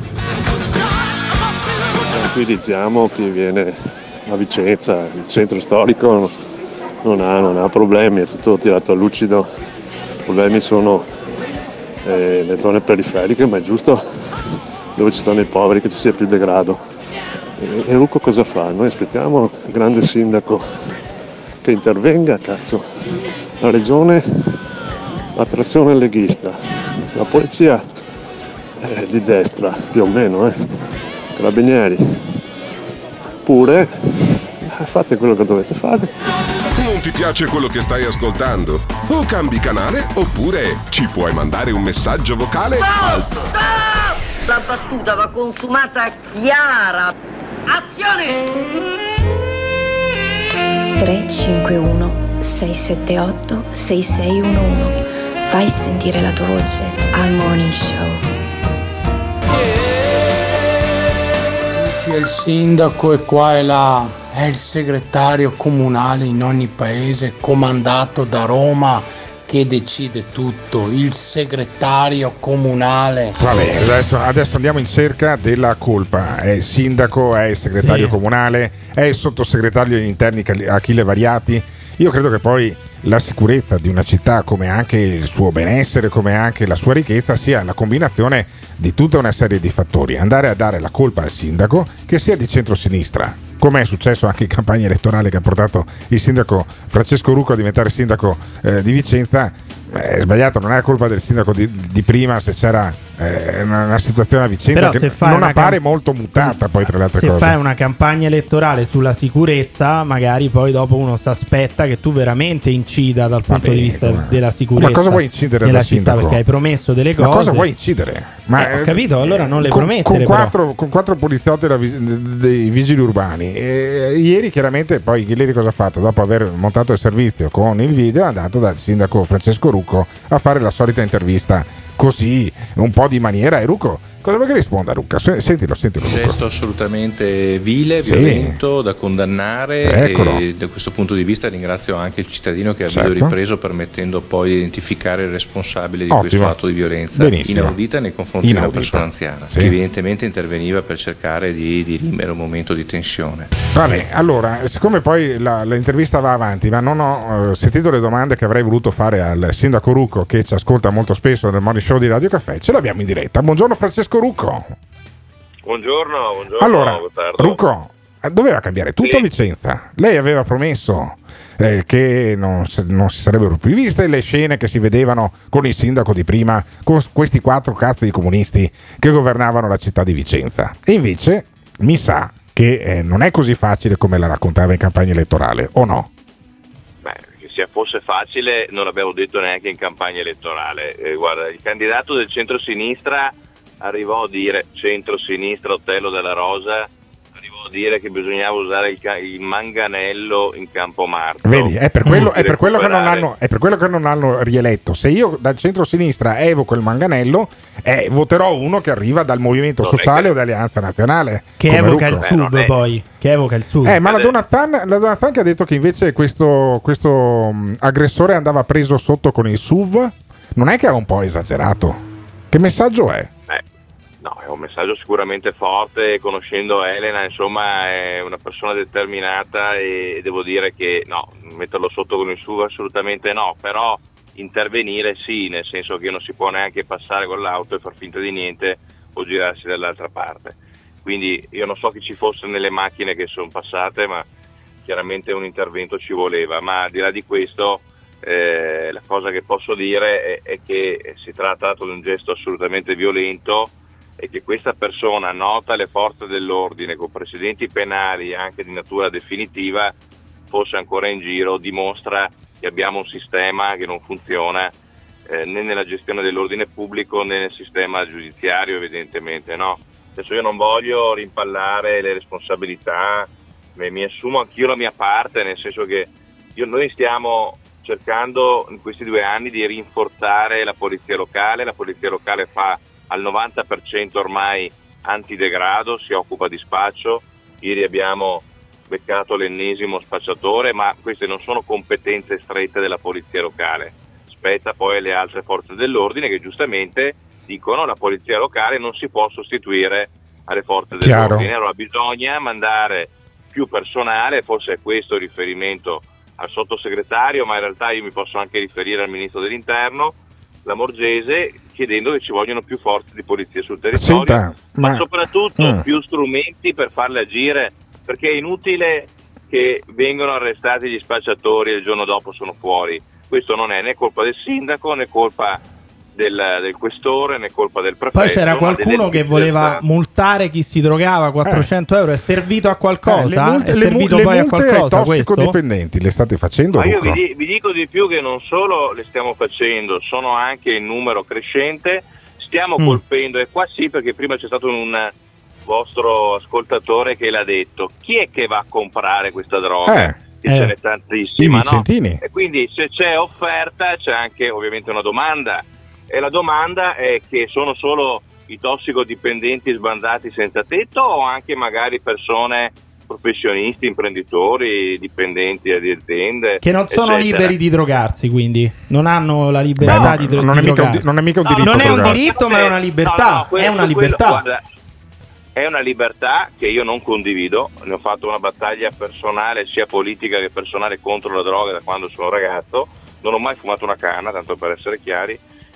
Tranquillizziamo chi viene a Vicenza, il centro storico non ha problemi, è tutto tirato a lucido. I problemi sono le zone periferiche, ma è giusto dove ci stanno i poveri che ci sia più degrado. E Rucco cosa fa? Noi aspettiamo il grande sindaco che intervenga, cazzo. La regione, attrazione leghista, la polizia è di destra, più o meno, carabinieri. Pure fate quello che dovete fare. Non ti piace quello che stai ascoltando? O cambi canale oppure ci puoi mandare un messaggio vocale al... La battuta va consumata chiara. Azione! 351 678 6611. Fai sentire la tua voce al Morning Show. È il sindaco e qua e là, è il segretario comunale in ogni paese comandato da Roma che decide tutto, il segretario comunale. Vabbè, adesso andiamo in cerca della colpa. È il sindaco, è il segretario comunale, è il sottosegretario agli interni Achille Variati. Io credo che poi la sicurezza di una città, come anche il suo benessere, come anche la sua ricchezza, sia la combinazione di tutta una serie di fattori. Andare a dare la colpa al sindaco, che sia di centrosinistra, come è successo anche in campagna elettorale che ha portato il sindaco Francesco Rucco a diventare sindaco di Vicenza, è sbagliato. Non è colpa del sindaco di prima se c'era una situazione a Vicenza che non appare molto mutata poi tra le altre cose. Se fai una campagna elettorale sulla sicurezza, magari poi dopo uno si aspetta che tu veramente incida dal punto di vista della sicurezza. Ma cosa vuoi incidere nella dal città? sindaco? Perché hai promesso delle cose. Ma cosa vuoi incidere? Ho capito, allora non le promettere. Con quattro poliziotti dei vigili urbani. Ieri chiaramente poi ieri cosa ha fatto? Dopo aver montato il servizio con il video, è andato dal sindaco Francesco Rucco a fare la solita intervista così, un po' di maniera. E Rucco, cosa vuoi che risponda, Rucca? Sentilo. Un gesto assolutamente vile, violento, da condannare. E da questo punto di vista ringrazio anche il cittadino che ha video ripreso, permettendo poi di identificare il responsabile di questo atto di violenza inaudita nei confronti di una persona anziana, che evidentemente interveniva per cercare di dirimere un momento di tensione. Vabbè, allora, siccome poi l'intervista va avanti, ma non ho sentito le domande che avrei voluto fare al sindaco Rucco, che ci ascolta molto spesso nel Morning Show di Radio Caffè, ce l'abbiamo in diretta. Buongiorno Francesco Rucco. Buongiorno. Allora, Rucco, doveva cambiare tutto Vicenza. Lei aveva promesso che non si sarebbero più viste le scene che si vedevano con il sindaco di prima, con questi 4 cazzo di comunisti che governavano la città di Vicenza. E invece mi sa che non è così facile come la raccontava in campagna elettorale, o no? Che sia fosse facile non l'abbiamo detto neanche in campagna elettorale. Guarda, il candidato del centro-sinistra arrivò a dire, centro-sinistra Otello Della Rosa, arrivò a dire che bisognava usare il manganello in Campomarzo. Vedi, è per quello che non hanno rieletto. Se io dal centro-sinistra evoco il manganello, voterò uno che arriva dal Movimento Sociale o da Alleanza Nazionale, che evoca il SUV poi. Che evoca il SUV. Ma la Donathan che ha detto che invece questo aggressore andava preso sotto con il SUV, non è che era un po' esagerato? Che messaggio è? No, è un messaggio sicuramente forte. Conoscendo Elena, insomma, è una persona determinata e devo dire che no, metterlo sotto con il SUV assolutamente no, però intervenire sì, nel senso che non si può neanche passare con l'auto e far finta di niente o girarsi dall'altra parte. Quindi io non so chi ci fosse nelle macchine che sono passate, ma chiaramente un intervento ci voleva. Ma al di là di questo, la cosa che posso dire è che si tratta di un gesto assolutamente violento e che questa persona, nota alle forze dell'ordine con precedenti penali anche di natura definitiva, fosse ancora in giro, dimostra che abbiamo un sistema che non funziona né nella gestione dell'ordine pubblico né nel sistema giudiziario, evidentemente, no? Adesso io non voglio rimpallare le responsabilità, mi assumo anch'io la mia parte, nel senso che noi stiamo cercando in questi 2 anni di rinforzare la polizia locale fa al 90% ormai antidegrado, si occupa di spaccio. Ieri abbiamo beccato l'ennesimo spacciatore, ma queste non sono competenze strette della polizia locale, spetta poi alle altre forze dell'ordine che giustamente dicono la polizia locale non si può sostituire alle forze dell'ordine. Allora bisogna mandare più personale, forse è questo il riferimento al sottosegretario, ma in realtà io mi posso anche riferire al ministro dell'interno, Lamorgese, chiedendo che ci vogliono più forze di polizia sul territorio, ma soprattutto più strumenti per farle agire, perché è inutile che vengano arrestati gli spacciatori e il giorno dopo sono fuori. Questo non è né colpa del sindaco né colpa del questore né colpa del prefetto. Poi c'era qualcuno che voleva multare chi si drogava 400 euro. È servito a qualcosa? È servito poi a qualcosa questo? Tossicodipendenti le state facendo? Ma io vi dico di più, che non solo le stiamo facendo, sono anche in numero crescente. Stiamo colpendo, e qua sì, perché prima c'è stato un vostro ascoltatore che l'ha detto: chi è che va a comprare questa droga? Che ce n'è tantissima, no? E quindi se c'è offerta c'è anche ovviamente una domanda, e la domanda è che sono solo i tossicodipendenti sbandati senza tetto, o anche magari persone, professionisti, imprenditori, dipendenti di aziende che non sono liberi di drogarsi, quindi non hanno la libertà di drogarsi. Non è mica un diritto. Non è un diritto, ma è una libertà. È una libertà. Guarda, è una libertà che io non condivido. Ne ho fatto una battaglia personale, sia politica che personale, contro la droga da quando sono ragazzo. Non ho mai fumato una canna, tanto per essere chiari.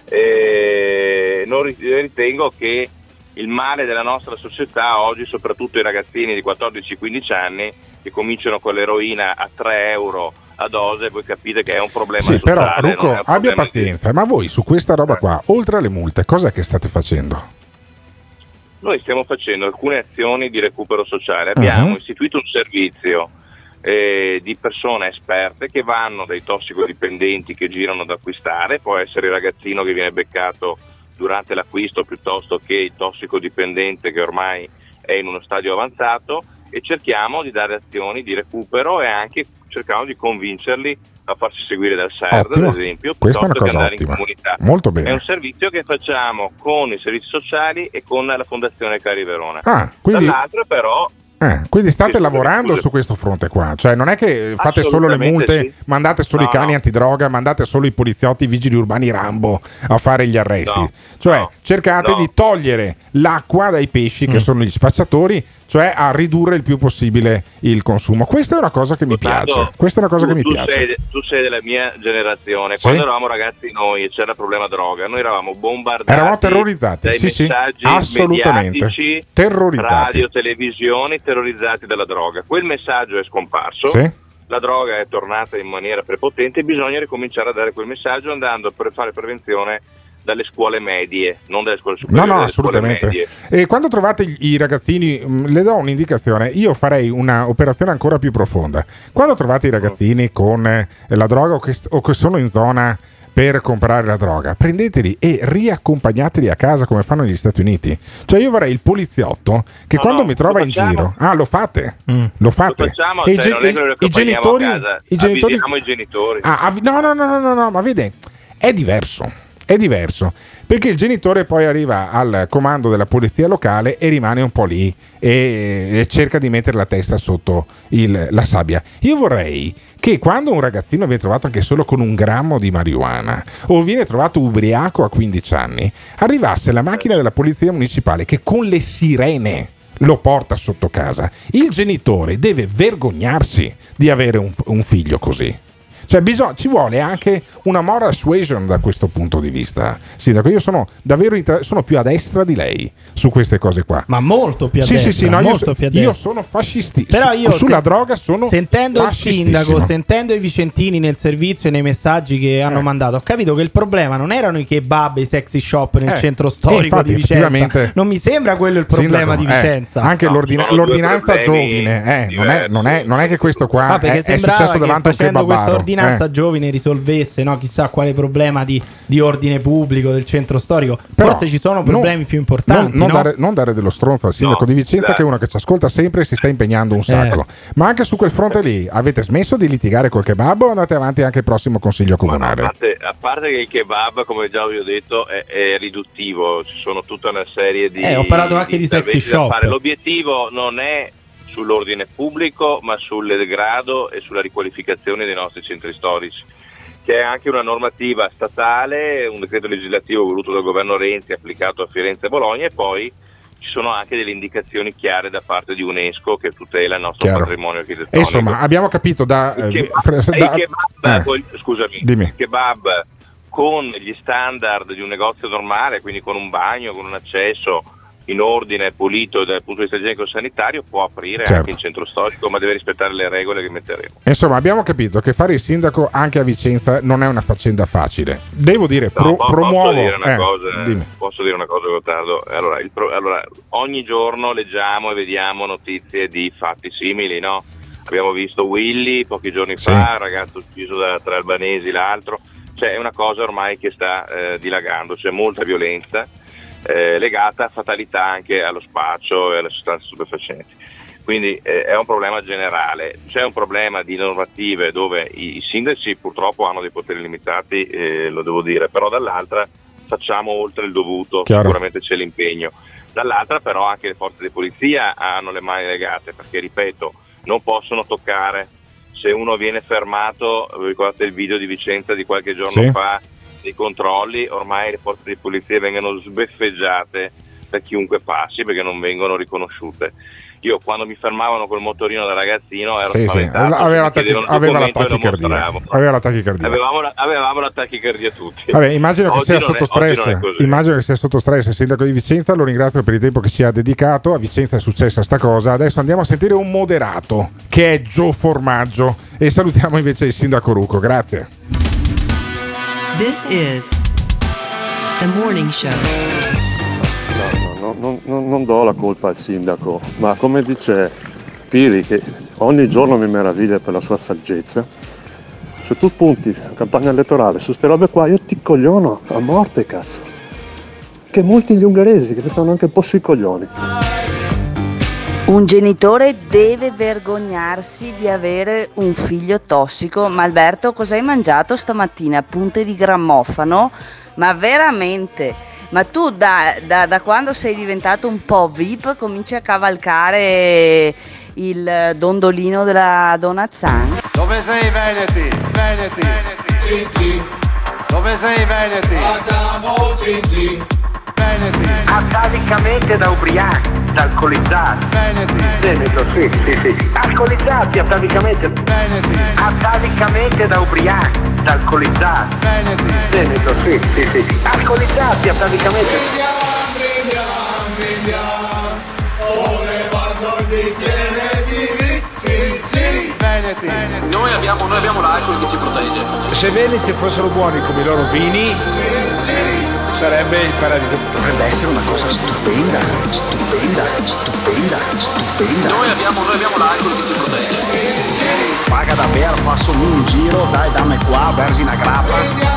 Non ritengo che il male della nostra società oggi, soprattutto i ragazzini di 14-15 anni che cominciano con l'eroina a 3 euro a dose, voi capite che è un problema sociale. Però Rucco, abbia pazienza, ma voi su questa roba qua, oltre alle multe, cosa che state facendo? Noi stiamo facendo alcune azioni di recupero sociale. Abbiamo istituito un servizio di persone esperte che vanno dai tossicodipendenti che girano ad acquistare, può essere il ragazzino che viene beccato durante l'acquisto piuttosto che il tossicodipendente che ormai è in uno stadio avanzato, e cerchiamo di dare azioni di recupero e anche cerchiamo di convincerli a farsi seguire dal SERD, ad esempio, piuttosto che andare in comunità. Molto bene. È un servizio che facciamo con i servizi sociali e con la Fondazione Cari Verona. Quindi... Dall'altro però quindi state lavorando su questo fronte qua, cioè non è che fate solo le multe, mandate solo i cani antidroga, mandate solo i poliziotti, i vigili urbani Rambo a fare gli arresti, cercate di togliere l'acqua dai pesci che sono gli spacciatori, cioè a ridurre il più possibile il consumo. Questa è una cosa che mi piace. Questa è una cosa che mi piace. Tu sei della mia generazione. Quando eravamo ragazzi noi e c'era il problema droga, noi eravamo bombardati, eravamo terrorizzati dai messaggi mediatici, radio, televisioni, terrorizzati dalla droga. Quel messaggio è scomparso. La droga è tornata in maniera prepotente e bisogna ricominciare a dare quel messaggio andando per fare prevenzione dalle scuole medie, non dalle scuole superiori. No, assolutamente. E quando trovate i ragazzini, le do un'indicazione, io farei una operazione ancora più profonda. Quando trovate i ragazzini con la droga o che sono in zona per comprare la droga, prendeteli e riaccompagnateli a casa come fanno negli Stati Uniti. Cioè io vorrei il poliziotto che quando mi trova in giro, lo fate. Lo facciamo, e i genitori, i genitori. No, ma vede, è diverso. È diverso perché il genitore poi arriva al comando della polizia locale e rimane un po' lì e cerca di mettere la testa sotto la sabbia. Io vorrei che quando un ragazzino viene trovato anche solo con 1 grammo di marijuana o viene trovato ubriaco a 15 anni, arrivasse la macchina della polizia municipale che con le sirene lo porta sotto casa. Il genitore deve vergognarsi di avere un figlio così. Cioè ci vuole anche una moral suasion da questo punto di vista. Sindaco, io sono davvero sono più a destra di lei su queste cose qua. Ma molto più a destra. Io sono fascisti. Però io sulla droga sono sentendo il sindaco, sentendo i vicentini nel servizio e nei messaggi che hanno mandato, ho capito che il problema non erano i kebab e i sexy shop nel centro storico di Vicenza. Non mi sembra quello il problema, sindaco, di Vicenza. Anche l'ordinanza giovine, non è che questo qua è successo davanti a un kebabaro. Giovine risolvesse, no, chissà quale problema di ordine pubblico del centro storico. Però forse ci sono problemi più importanti. Non dare dello stronzo al sindaco di Vicenza, che è uno che ci ascolta sempre e si sta impegnando un sacco. Ma anche su quel fronte lì avete smesso di litigare col kebab o andate avanti anche il prossimo consiglio comunale? A parte che il kebab, come già vi ho detto, è riduttivo, ci sono tutta una serie di ho parlato anche di sexy shop. L'obiettivo non è sull'ordine pubblico, ma sul degrado e sulla riqualificazione dei nostri centri storici, che è anche una normativa statale, un decreto legislativo voluto dal governo Renzi, applicato a Firenze e Bologna, e poi ci sono anche delle indicazioni chiare da parte di UNESCO che tutela il nostro patrimonio architettonico. Insomma, abbiamo capito il kebab, il kebab con gli standard di un negozio normale, quindi con un bagno, con un accesso in ordine, pulito dal punto di vista igienico-sanitario, può aprire anche in centro storico, ma deve rispettare le regole che metteremo. Insomma, abbiamo capito che fare il sindaco anche a Vicenza non è una faccenda facile. Devo dire, promuovo. Posso dire una cosa, Gottardo? Allora, ogni giorno leggiamo e vediamo notizie di fatti simili, no? Abbiamo visto Willy pochi giorni fa, un ragazzo ucciso da 3 albanesi, l'altro. Cioè, è una cosa ormai che sta dilagando, c'è molta violenza. Legata a fatalità anche allo spaccio e alle sostanze stupefacenti, quindi è un problema generale. C'è un problema di normative dove i sindaci purtroppo hanno dei poteri limitati, lo devo dire, però dall'altra facciamo oltre il dovuto. Chiaro. Sicuramente c'è l'impegno, dall'altra però anche le forze di polizia hanno le mani legate, perché ripeto, non possono toccare. Se uno viene fermato, ricordate il video di Vicenza di qualche giorno fa, dei controlli, ormai le forze di polizia vengono sbeffeggiate da chiunque passi perché non vengono riconosciute. Io quando mi fermavano col motorino da ragazzino ero spaventato. Aveva la tachicardia. Avevamo la tachicardia tutti. Vabbè, immagino che sia sotto stress. Immagino che sia sotto stress il sindaco di Vicenza. Lo ringrazio per il tempo che ci ha dedicato. A Vicenza è successa sta cosa. Adesso andiamo a sentire un moderato che è Gio Formaggio e salutiamo invece il sindaco Rucco. Grazie. This is The Morning Show. No, non do la colpa al sindaco, ma come dice Piri, che ogni giorno mi meraviglia per la sua saggezza, se tu punti a campagna elettorale su ste robe qua, io ti cogliono a morte, cazzo. Che molti gli ungheresi che mi stanno anche un po' sui coglioni. Un genitore deve vergognarsi di avere un figlio tossico. Ma Alberto, cosa hai mangiato stamattina? Punte di grammofano? Ma veramente? Ma tu da quando sei diventato un po' VIP cominci a cavalcare il dondolino della Donazzan? Dove sei Veneti? Veneti. Cinci. Dove sei Veneti? Facciamo Cinci. Veneti. Atavicamente da ubriachi, da alcolizzati. Veneti. Veneto, sì. Alcolizzati atavicamente. Veneti. Atavicamente da ubriachi, da alcolizzati. Veneti. Veneto, sì. Alcolizzati atavicamente. Brindiamo. Sollevando il bicchiere di Cinci. Veneti. Noi abbiamo l'alcol che ci protegge. Se Veneti fossero buoni come i loro vini, sarebbe il paradiso. Dovrebbe essere una cosa stupenda. Noi abbiamo l'alcol che ci protegge. Paga davvero, faccio un giro, dai dammi qua, versi una grappa.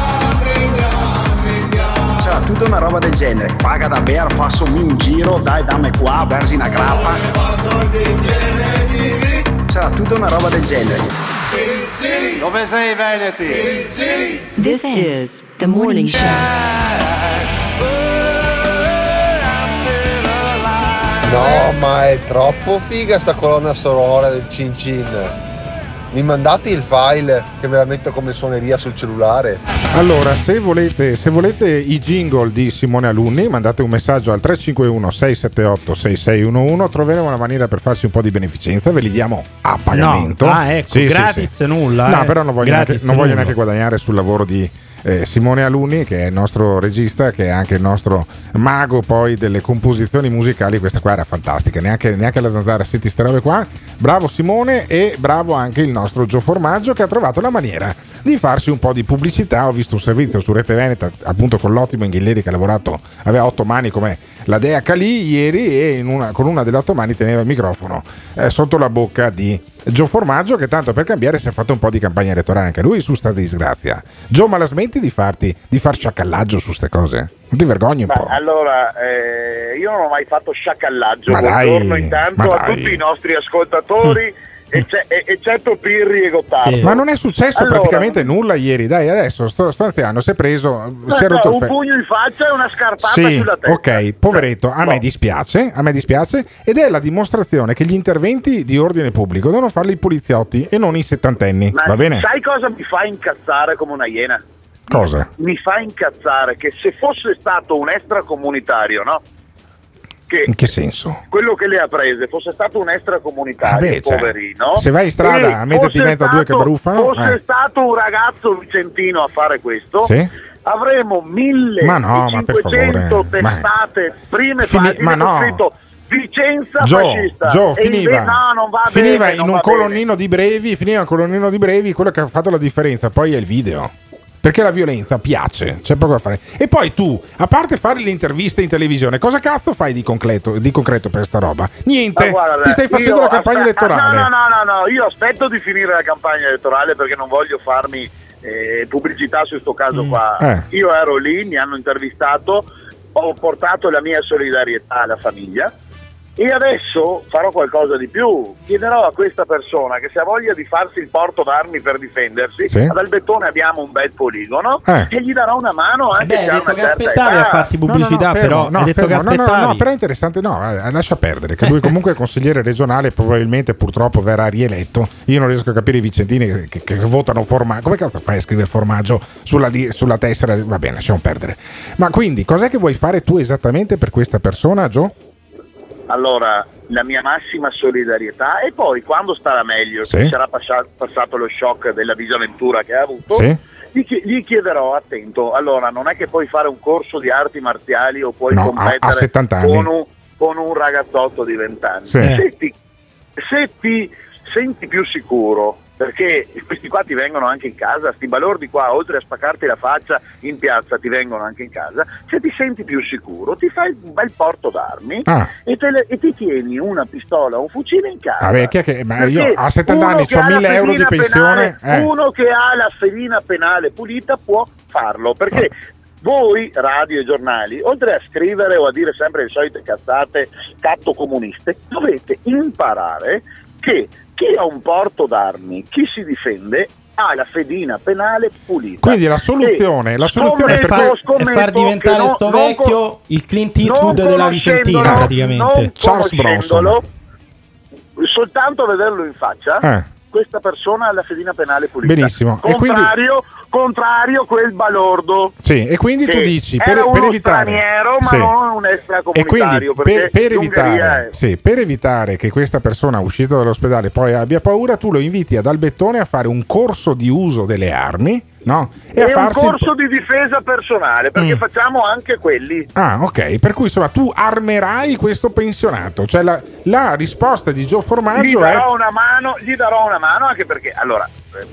C'era tutta una roba del genere. Paga davvero, faccio un giro, dai dammi qua, versi una grappa. C'era tutta una roba del genere. Dove sei Veneti? This is The Morning Show. No, ma è troppo figa sta colonna sonora del Cin Cin. Mi mandate il file che me la metto come suoneria sul cellulare. Allora, se volete i jingle di Simone Alunni, mandate un messaggio al 351 678 6611. Troveremo una maniera per farci un po' di beneficenza, ve li diamo a pagamento. Ecco, gratis nulla. No, però non voglio neanche guadagnare sul lavoro di Simone Alunni, che è il nostro regista, che è anche il nostro mago poi delle composizioni musicali. Questa qua era fantastica, neanche la zanzara. Senti ste robe qua, bravo Simone, e bravo anche il nostro Gio Formaggio, che ha trovato la maniera di farsi un po' di pubblicità. Ho visto un servizio su Rete Veneta appunto con l'ottimo Inghilleri, che ha lavorato, aveva 8 mani come la Dea Calì ieri, e con una delle 8 mani teneva il microfono sotto la bocca di Gio Formaggio, che tanto per cambiare si è fatto un po' di campagna elettorale anche lui su sta disgrazia. Gio, ma la smetti di far sciacallaggio su ste cose? Non ti vergogni un po'? Allora, io non ho mai fatto sciacallaggio. Buongiorno intanto a tutti i nostri ascoltatori, eccetto Pirri e Gottardo. Sì. Ma non è successo praticamente nulla ieri, dai, adesso sto anziano si è preso, si è rotto il pugno in faccia e una scarpata sulla testa. Ok, poveretto, a me dispiace, ed è la dimostrazione che gli interventi di ordine pubblico devono farli i poliziotti e non i settantenni. Ma va bene? Sai cosa mi fa incazzare come una iena? Cosa? Mi fa incazzare che se fosse stato un extracomunitario, no? In che senso? Quello che le ha prese fosse stato un extracomunitario, poverino. Se vai in strada a metterti in mezzo a due che baruffano, fosse stato un ragazzo vicentino a fare questo, avremo 1500 testate prime pagine scritto Vicenza fascista. Finiva in un colonnino di brevi, quello che ha fatto la differenza poi è il video. Perché la violenza piace, c'è poco da fare. E poi tu, a parte fare le interviste in televisione, cosa cazzo fai di concreto per sta roba? Niente, ti stai facendo la campagna elettorale. No, io aspetto di finire la campagna elettorale perché non voglio farmi pubblicità su sto caso qua. Io ero lì, mi hanno intervistato, ho portato la mia solidarietà alla famiglia e adesso farò qualcosa di più. Chiederò a questa persona che se ha voglia di farsi il porto d'armi per difendersi, ad Albettone abbiamo un bel poligono e gli darò una mano anche se ha una certa aspettavi età. a farti pubblicità, però hai detto che aspettavi. No, però è interessante, lascia perdere che lui comunque è consigliere regionale, probabilmente purtroppo verrà rieletto. Io non riesco a capire i vicentini che votano formaggio. Come cazzo fai a scrivere formaggio sulla tessera? Va bene, lasciamo perdere. Ma quindi cos'è che vuoi fare tu esattamente per questa persona, Gio? Allora, la mia massima solidarietà e poi quando starà meglio, che sarà passato lo shock della disavventura che ha avuto, gli chiederò, attento, allora non è che puoi fare un corso di arti marziali o puoi competere a 70 anni. Con un ragazzotto di 20 anni. Sì. Se ti senti più sicuro, perché questi qua ti vengono anche in casa, sti balordi qua, oltre a spaccarti la faccia in piazza ti vengono anche in casa, se ti senti più sicuro ti fai un bel porto d'armi e ti tieni una pistola, un fucile in casa. Ma io a 70 anni ho 1.000 euro di pensione. Uno che ha la fedina penale pulita può farlo, perché voi, radio e giornali, oltre a scrivere o a dire sempre le solite cazzate catto comuniste, dovete imparare che chi ha un porto d'armi, chi si difende, ha la fedina penale pulita. Quindi la soluzione è far diventare sto vecchio il Clint Eastwood della Vicentina, praticamente. Charles Bronson. Soltanto a vederlo in faccia, questa persona ha la fedina penale pulita. Benissimo. Contrario quel balordo. Sì, e quindi tu dici per evitare straniero, ma non un extracomunitario, e quindi per evitare che questa persona uscita dall'ospedale poi abbia paura, tu lo inviti ad Albettone a fare un corso di uso delle armi, no? E un corso di difesa personale, perché facciamo anche quelli. Ok, per cui insomma tu armerai questo pensionato, cioè la risposta di Gio Formaggio gli darò una mano anche perché allora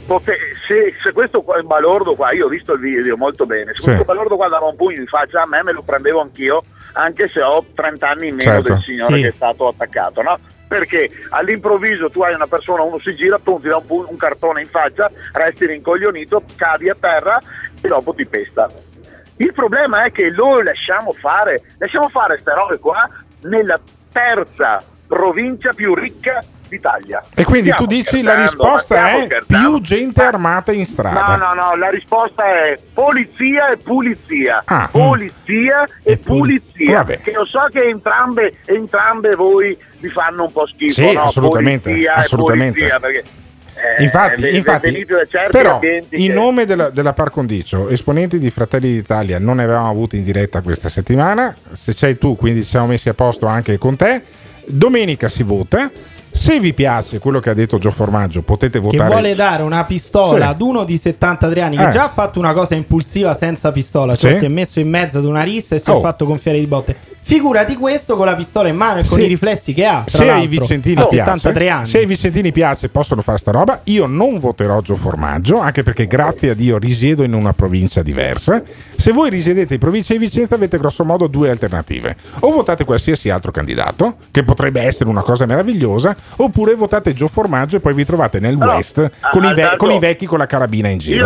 se questo balordo qua, io ho visto il video molto bene, se questo balordo qua dava un pugno in faccia a me lo prendevo anch'io, anche se ho 30 anni in meno del signore che è stato attaccato, no? Perché all'improvviso tu hai una persona, uno si gira, tu ti dà un cartone in faccia, resti rincoglionito, cadi a terra e dopo ti pesta. Il problema è che lo lasciamo fare ste robe qua nella terza provincia più ricca d'Italia. E quindi tu dici la risposta è più gente armata in strada. No, la risposta è polizia e pulizia. Polizia e pulizia. Che lo so che entrambe voi vi fanno un po' schifo, sì, no? Assolutamente. Polizia, perché infatti però in nome della par condicio, esponenti di Fratelli d'Italia non ne avevamo avuto in diretta questa settimana, se sei tu quindi ci siamo messi a posto anche con te. Domenica si vota. Se vi piace quello che ha detto Gio Formaggio, potete votare. Che vuole dare una pistola ad uno di 73 anni che già ha fatto una cosa impulsiva senza pistola, cioè si è messo in mezzo ad una rissa e si è fatto gonfiare di botte. Figurati questo con la pistola in mano e con i riflessi che ha. Se ai vicentini a 73 anni. Se ai vicentini piace, possono fare sta roba. Io non voterò Gio Formaggio, anche perché grazie a Dio risiedo in una provincia diversa. Se voi risiedete in provincia di Vicenza, avete grosso modo due alternative: o votate qualsiasi altro candidato, che potrebbe essere una cosa meravigliosa, oppure votate Gio Formaggio e poi vi trovate nel West con i vecchi con la carabina in giro.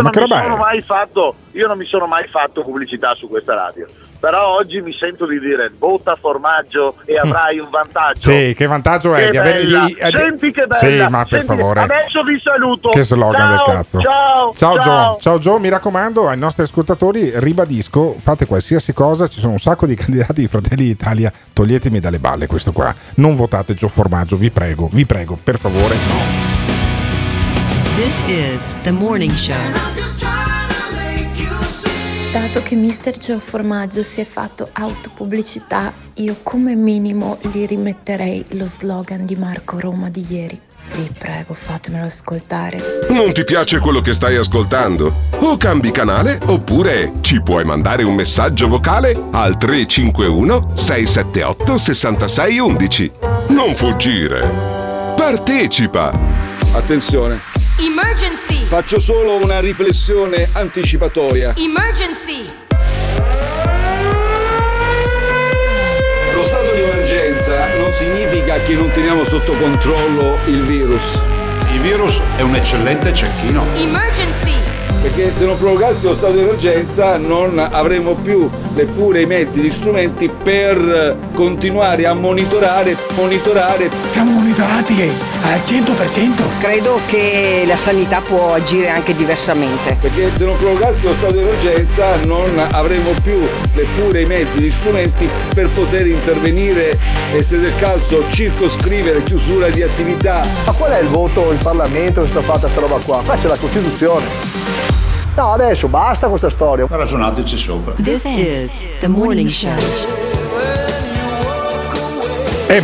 Io non mi sono mai fatto pubblicità su questa radio, però oggi mi sento di dire vota Formaggio e avrai un vantaggio. Sì, che vantaggio è di avere Senti che bella. Sì, ma per favore. Adesso vi saluto. Che slogan del cazzo. Ciao Gio, mi raccomando ai nostri ascoltatori, ribadisco, fate qualsiasi cosa, ci sono un sacco di candidati di Fratelli d'Italia, toglietemi dalle balle questo qua. Non votate Gio Formaggio, vi prego, per favore, no. This is the morning show. Dato che Mr. Gio Formaggio si è fatto autopubblicità, io come minimo gli rimetterei lo slogan di Marco Roma di ieri. Vi prego, fatemelo ascoltare. Non ti piace quello che stai ascoltando? O cambi canale oppure ci puoi mandare un messaggio vocale al 351 678 6611. Non fuggire. Partecipa. Attenzione. Emergency. Faccio solo una riflessione anticipatoria. Emergency. Lo stato di emergenza non significa che non teniamo sotto controllo il virus. Il virus è un eccellente cecchino. Emergency. Perché se non provocassimo lo stato di emergenza non avremo più neppure i mezzi, gli strumenti per continuare a monitorare. Siamo monitorati al 100%. Credo che la sanità può agire anche diversamente. Perché se non provocassimo lo stato di emergenza non avremo più neppure i mezzi, gli strumenti per poter intervenire e, se del caso, circoscrivere chiusura di attività. Ma qual è il voto in Parlamento che sta fatta sta roba qua? Qua c'è la Costituzione. No, adesso basta questa storia. Ragionateci sopra. This is the morning show. E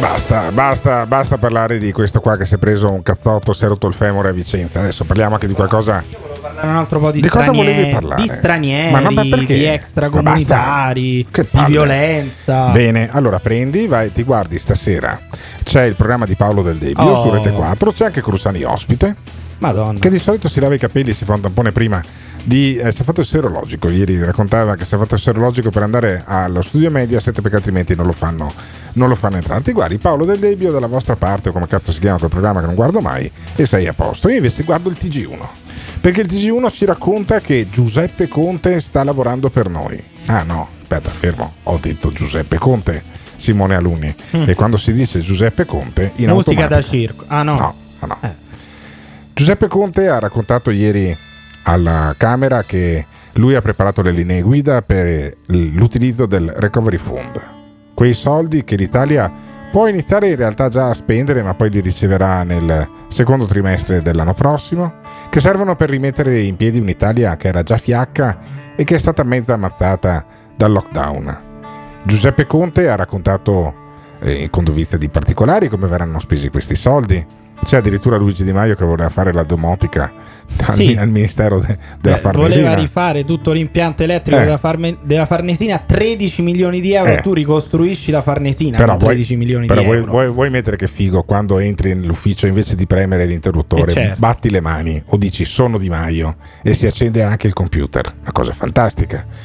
basta parlare di questo qua che si è preso un cazzotto, si è rotto il femore a Vicenza. Adesso parliamo anche di qualcosa. Un altro po' di cosa volevi parlare? Di stranieri, di extracomunitari, di violenza. Bene, allora prendi, vai, ti guardi stasera. C'è il programma di Paolo Del Debbio su Rete 4, c'è anche Cruciani ospite. Madonna. Che di solito si lava i capelli, si fa un tampone prima si è fatto il serologico. Ieri raccontava che si è fatto il serologico per andare allo studio Mediaset, perché altrimenti non lo fanno entrare. Ti guardi Paolo Del Debbio dalla vostra parte, o come cazzo si chiama quel programma che non guardo mai, e sei a posto. Io invece guardo il TG1, perché il TG1 ci racconta che Giuseppe Conte sta lavorando per noi. Ah no, aspetta, fermo, ho detto Giuseppe Conte, Simone Alunni. E quando si dice Giuseppe Conte in musica automatico, da circo. Ah no. Giuseppe Conte ha raccontato ieri alla Camera che lui ha preparato le linee guida per l'utilizzo del Recovery Fund, quei soldi che l'Italia può iniziare in realtà già a spendere, ma poi li riceverà nel secondo trimestre dell'anno prossimo, che servono per rimettere in piedi un'Italia che era già fiacca e che è stata mezza ammazzata dal lockdown. Giuseppe Conte ha raccontato con dovizia di particolari come verranno spesi questi soldi. C'è addirittura Luigi Di Maio che voleva fare la domotica al Ministero della Farnesina. Voleva rifare tutto l'impianto elettrico della Farnesina, 13 milioni di euro. Tu ricostruisci la Farnesina però con 13 milioni di euro. Vuoi mettere che figo quando entri nell'ufficio, invece di premere l'interruttore, batti le mani o dici sono Di Maio e si accende anche il computer. Una cosa fantastica.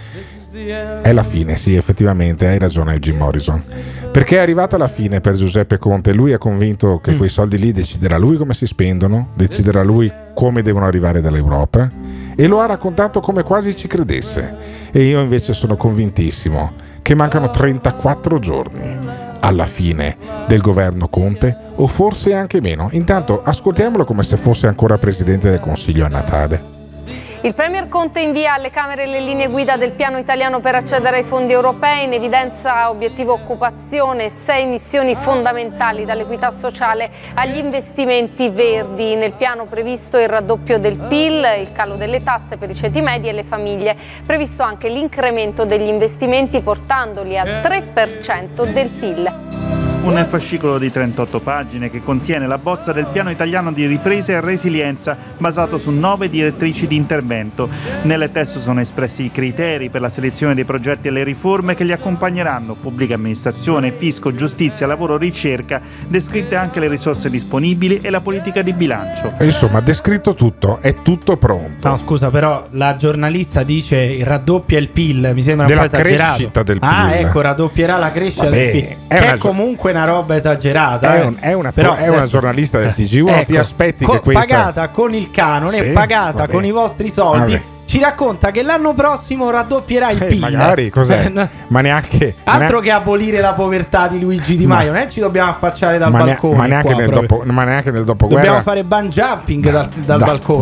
È la fine, sì, effettivamente hai ragione Jim Morrison, perché è arrivata la fine per Giuseppe Conte. Lui è convinto che quei soldi lì deciderà lui come si spendono, deciderà lui come devono arrivare dall'Europa, e lo ha raccontato come quasi ci credesse. E io invece sono convintissimo che mancano 34 giorni alla fine del governo Conte, o forse anche meno. Intanto ascoltiamolo come se fosse ancora Presidente del Consiglio a Natale. Il Premier Conte invia alle Camere le linee guida del piano italiano per accedere ai fondi europei, in evidenza obiettivo occupazione, 6 missioni fondamentali, dall'equità sociale agli investimenti verdi. Nel piano previsto il raddoppio del PIL, il calo delle tasse per i ceti medi e le famiglie, previsto anche l'incremento degli investimenti portandoli al 3% del PIL. Un fascicolo di 38 pagine che contiene la bozza del piano italiano di ripresa e resilienza, basato su 9 direttrici di intervento. Nel testo sono espressi i criteri per la selezione dei progetti e le riforme che li accompagneranno: pubblica amministrazione, fisco, giustizia, lavoro, ricerca, descritte anche le risorse disponibili e la politica di bilancio. Insomma, descritto tutto, è tutto pronto. No, scusa, però la giornalista dice raddoppia il PIL, mi sembra un po' esagerato. Della crescita del PIL. Ah, ecco, raddoppierà la crescita del PIL, che è comunque una roba esagerata. È una giornalista del TG1, ecco, ti aspetti che questa, pagata con il canone, pagata con i vostri soldi, ci racconta che l'anno prossimo raddoppierà il PIL. Magari, cos'è? Ma neanche altro che abolire la povertà di Luigi Di Maio. Non è ci dobbiamo affacciare dal balcone, ma neanche nel dopoguerra. Dobbiamo fare bungee jumping dal balcone.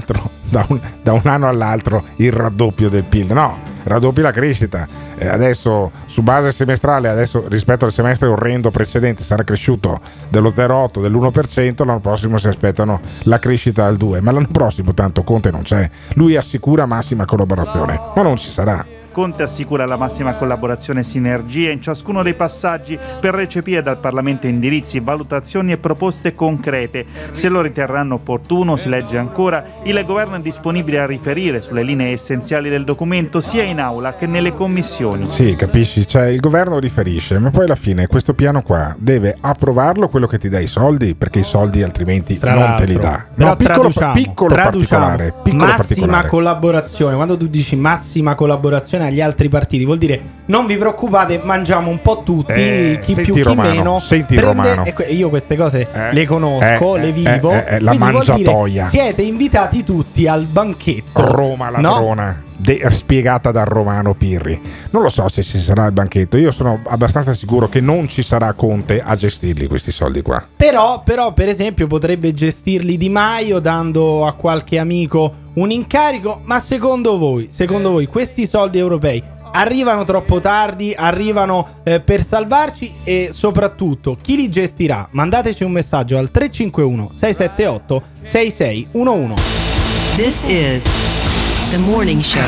Da un anno all'altro il raddoppio del PIL. No, raddoppi la crescita. Adesso su base semestrale, adesso rispetto al semestre orrendo precedente sarà cresciuto dello 0,8, dell'1%. L'anno prossimo si aspettano la crescita al 2%, ma l'anno prossimo tanto Conte non c'è. Lui assicura massima collaborazione, ma non ci sarà. Conte assicura la massima collaborazione e sinergia in ciascuno dei passaggi per recepire dal Parlamento indirizzi, valutazioni e proposte concrete. Se lo riterranno opportuno, si legge ancora, il governo è disponibile a riferire sulle linee essenziali del documento sia in aula che nelle commissioni. Sì, capisci? Cioè il governo riferisce, ma poi alla fine questo piano qua deve approvarlo quello che ti dà i soldi, perché i soldi altrimenti non te li dà. Però no, piccolo particolare. Massima collaborazione. Quando tu dici massima collaborazione agli altri partiti, vuol dire non vi preoccupate, mangiamo un po' tutti, chi più chi meno. Senti Romano. Io queste cose le conosco, le vivo. La mangiatoia. Siete invitati tutti al banchetto. Roma ladrona. Spiegata dal Romano Pirri. Non lo so se ci sarà il banchetto. Io sono abbastanza sicuro che non ci sarà Conte a gestirli questi soldi qua. Però per esempio potrebbe gestirli Di Maio dando a qualche amico un incarico. Ma secondo voi questi soldi europei arrivano troppo tardi, arrivano per salvarci? E soprattutto chi li gestirà? Mandateci un messaggio al 351 678 6611. This is The Morning Show.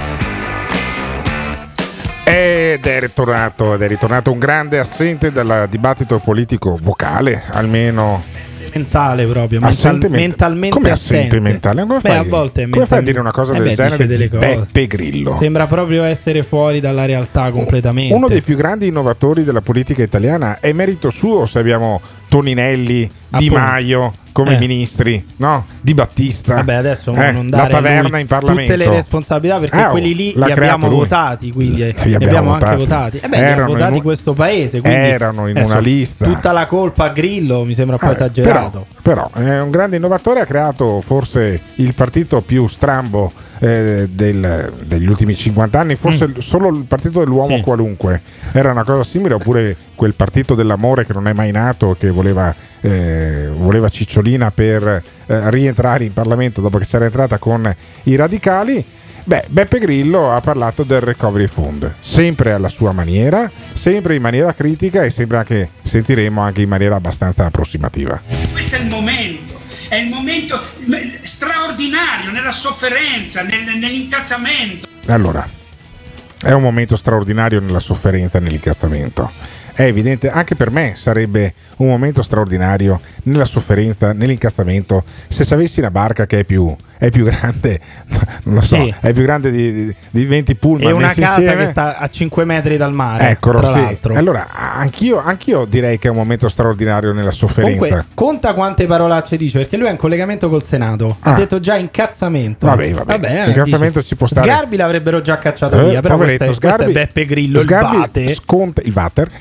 Ed è ritornato un grande assente dal dibattito politico vocale, almeno mentale proprio, mentalmente come assente mentale? Come fai, a volte come fai a dire una cosa del genere di Beppe Grillo? Sembra proprio essere fuori dalla realtà completamente. Uno dei più grandi innovatori della politica italiana. È merito suo se abbiamo Toninelli, Di Maio come ministri, no? Di Battista. Vabbè, adesso non dare la taverna in Parlamento tutte le responsabilità, perché quelli lì li abbiamo votati, quindi li abbiamo anche votati. Li ha votati questo paese, quindi erano in una lista. Tutta la colpa a Grillo mi sembra un po' esagerato. Però è un grande innovatore, ha creato forse il partito più strambo degli ultimi 50 anni, forse solo il partito dell'uomo qualunque era una cosa simile, oppure quel partito dell'amore che non è mai nato, che voleva Cicciolina per rientrare in Parlamento dopo che c'era entrata con i radicali. Beppe Grillo ha parlato del Recovery Fund, sempre alla sua maniera, sempre in maniera critica e sembra che sentiremo anche in maniera abbastanza approssimativa. Questo è il momento straordinario nella sofferenza, nell'incazzamento. Allora, è un momento straordinario nella sofferenza e nell'incazzamento. È evidente, anche per me sarebbe un momento straordinario nella sofferenza, nell'incazzamento, se avessi una barca che è più grande, non lo so, è più grande di 20 pullman. E una casa che sta a 5 metri dal mare. Eccolo, tra l'altro. Allora, anch'io direi che è un momento straordinario nella sofferenza. Comunque, conta quante parolacce dice, perché lui è in collegamento col Senato. Ha detto già incazzamento. Vabbè, l'incazzamento ci può stare. Sgarbi l'avrebbero già cacciato via, però questo è Beppe Grillo, Sgarbi il Vater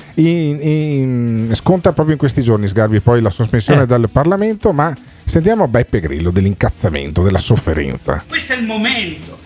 sconta proprio in questi giorni Sgarbi poi la sospensione dal Parlamento, ma sentiamo Beppe Grillo dell'incazzamento, della sofferenza. Questo è il momento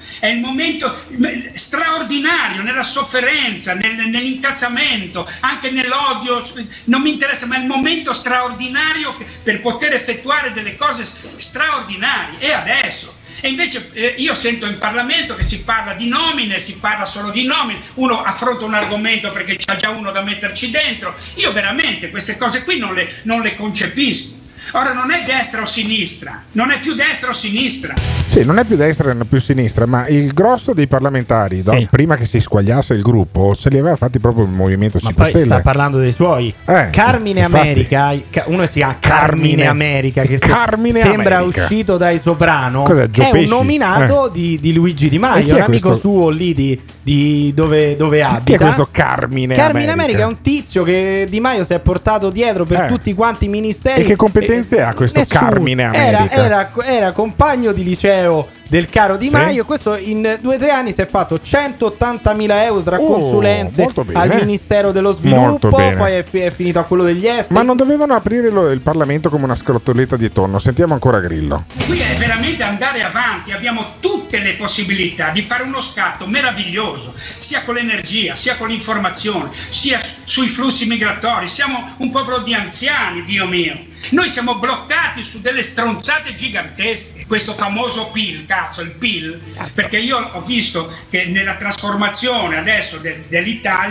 straordinario nella sofferenza, nell'incazzamento, anche nell'odio, non mi interessa, ma è il momento straordinario per poter effettuare delle cose straordinarie. E adesso? E invece io sento in Parlamento che si parla di nomine, si parla solo di nomine, uno affronta un argomento perché c'ha già uno da metterci dentro. Io veramente queste cose qui non le concepisco. Ora non è destra o sinistra, non è più destra o sinistra. Sì, non è più destra e non è più sinistra, ma il grosso dei parlamentari, prima che si squagliasse il gruppo, se li aveva fatti proprio il Movimento 5 Stelle. Sta parlando dei suoi. Carmine America, uno si chiama Carmine America, che sembra America. Uscito dai Soprano. Cos'è, è un nominato di Luigi Di Maio, un amico suo lì di dove abita. Chi è questo Carmine America? È un tizio che Di Maio si è portato dietro per tutti quanti i ministeri. E che competenze ha questo Carmine America? Era compagno di liceo del caro Di Maio. Questo in 2 o 3 anni si è fatto 180.000 euro tra consulenze al Ministero dello Sviluppo, poi è finito a quello degli esteri. Ma non dovevano aprire il Parlamento come una scatoletta di tonno? Sentiamo ancora Grillo. Qui è veramente andare avanti, abbiamo tutte le possibilità di fare uno scatto meraviglioso, sia con l'energia, sia con l'informazione, sia sui flussi migratori. Siamo un popolo di anziani, Dio mio. Noi siamo bloccati su delle stronzate gigantesche, questo famoso PIL, il PIL, perché io ho visto che nella trasformazione adesso dell'Italia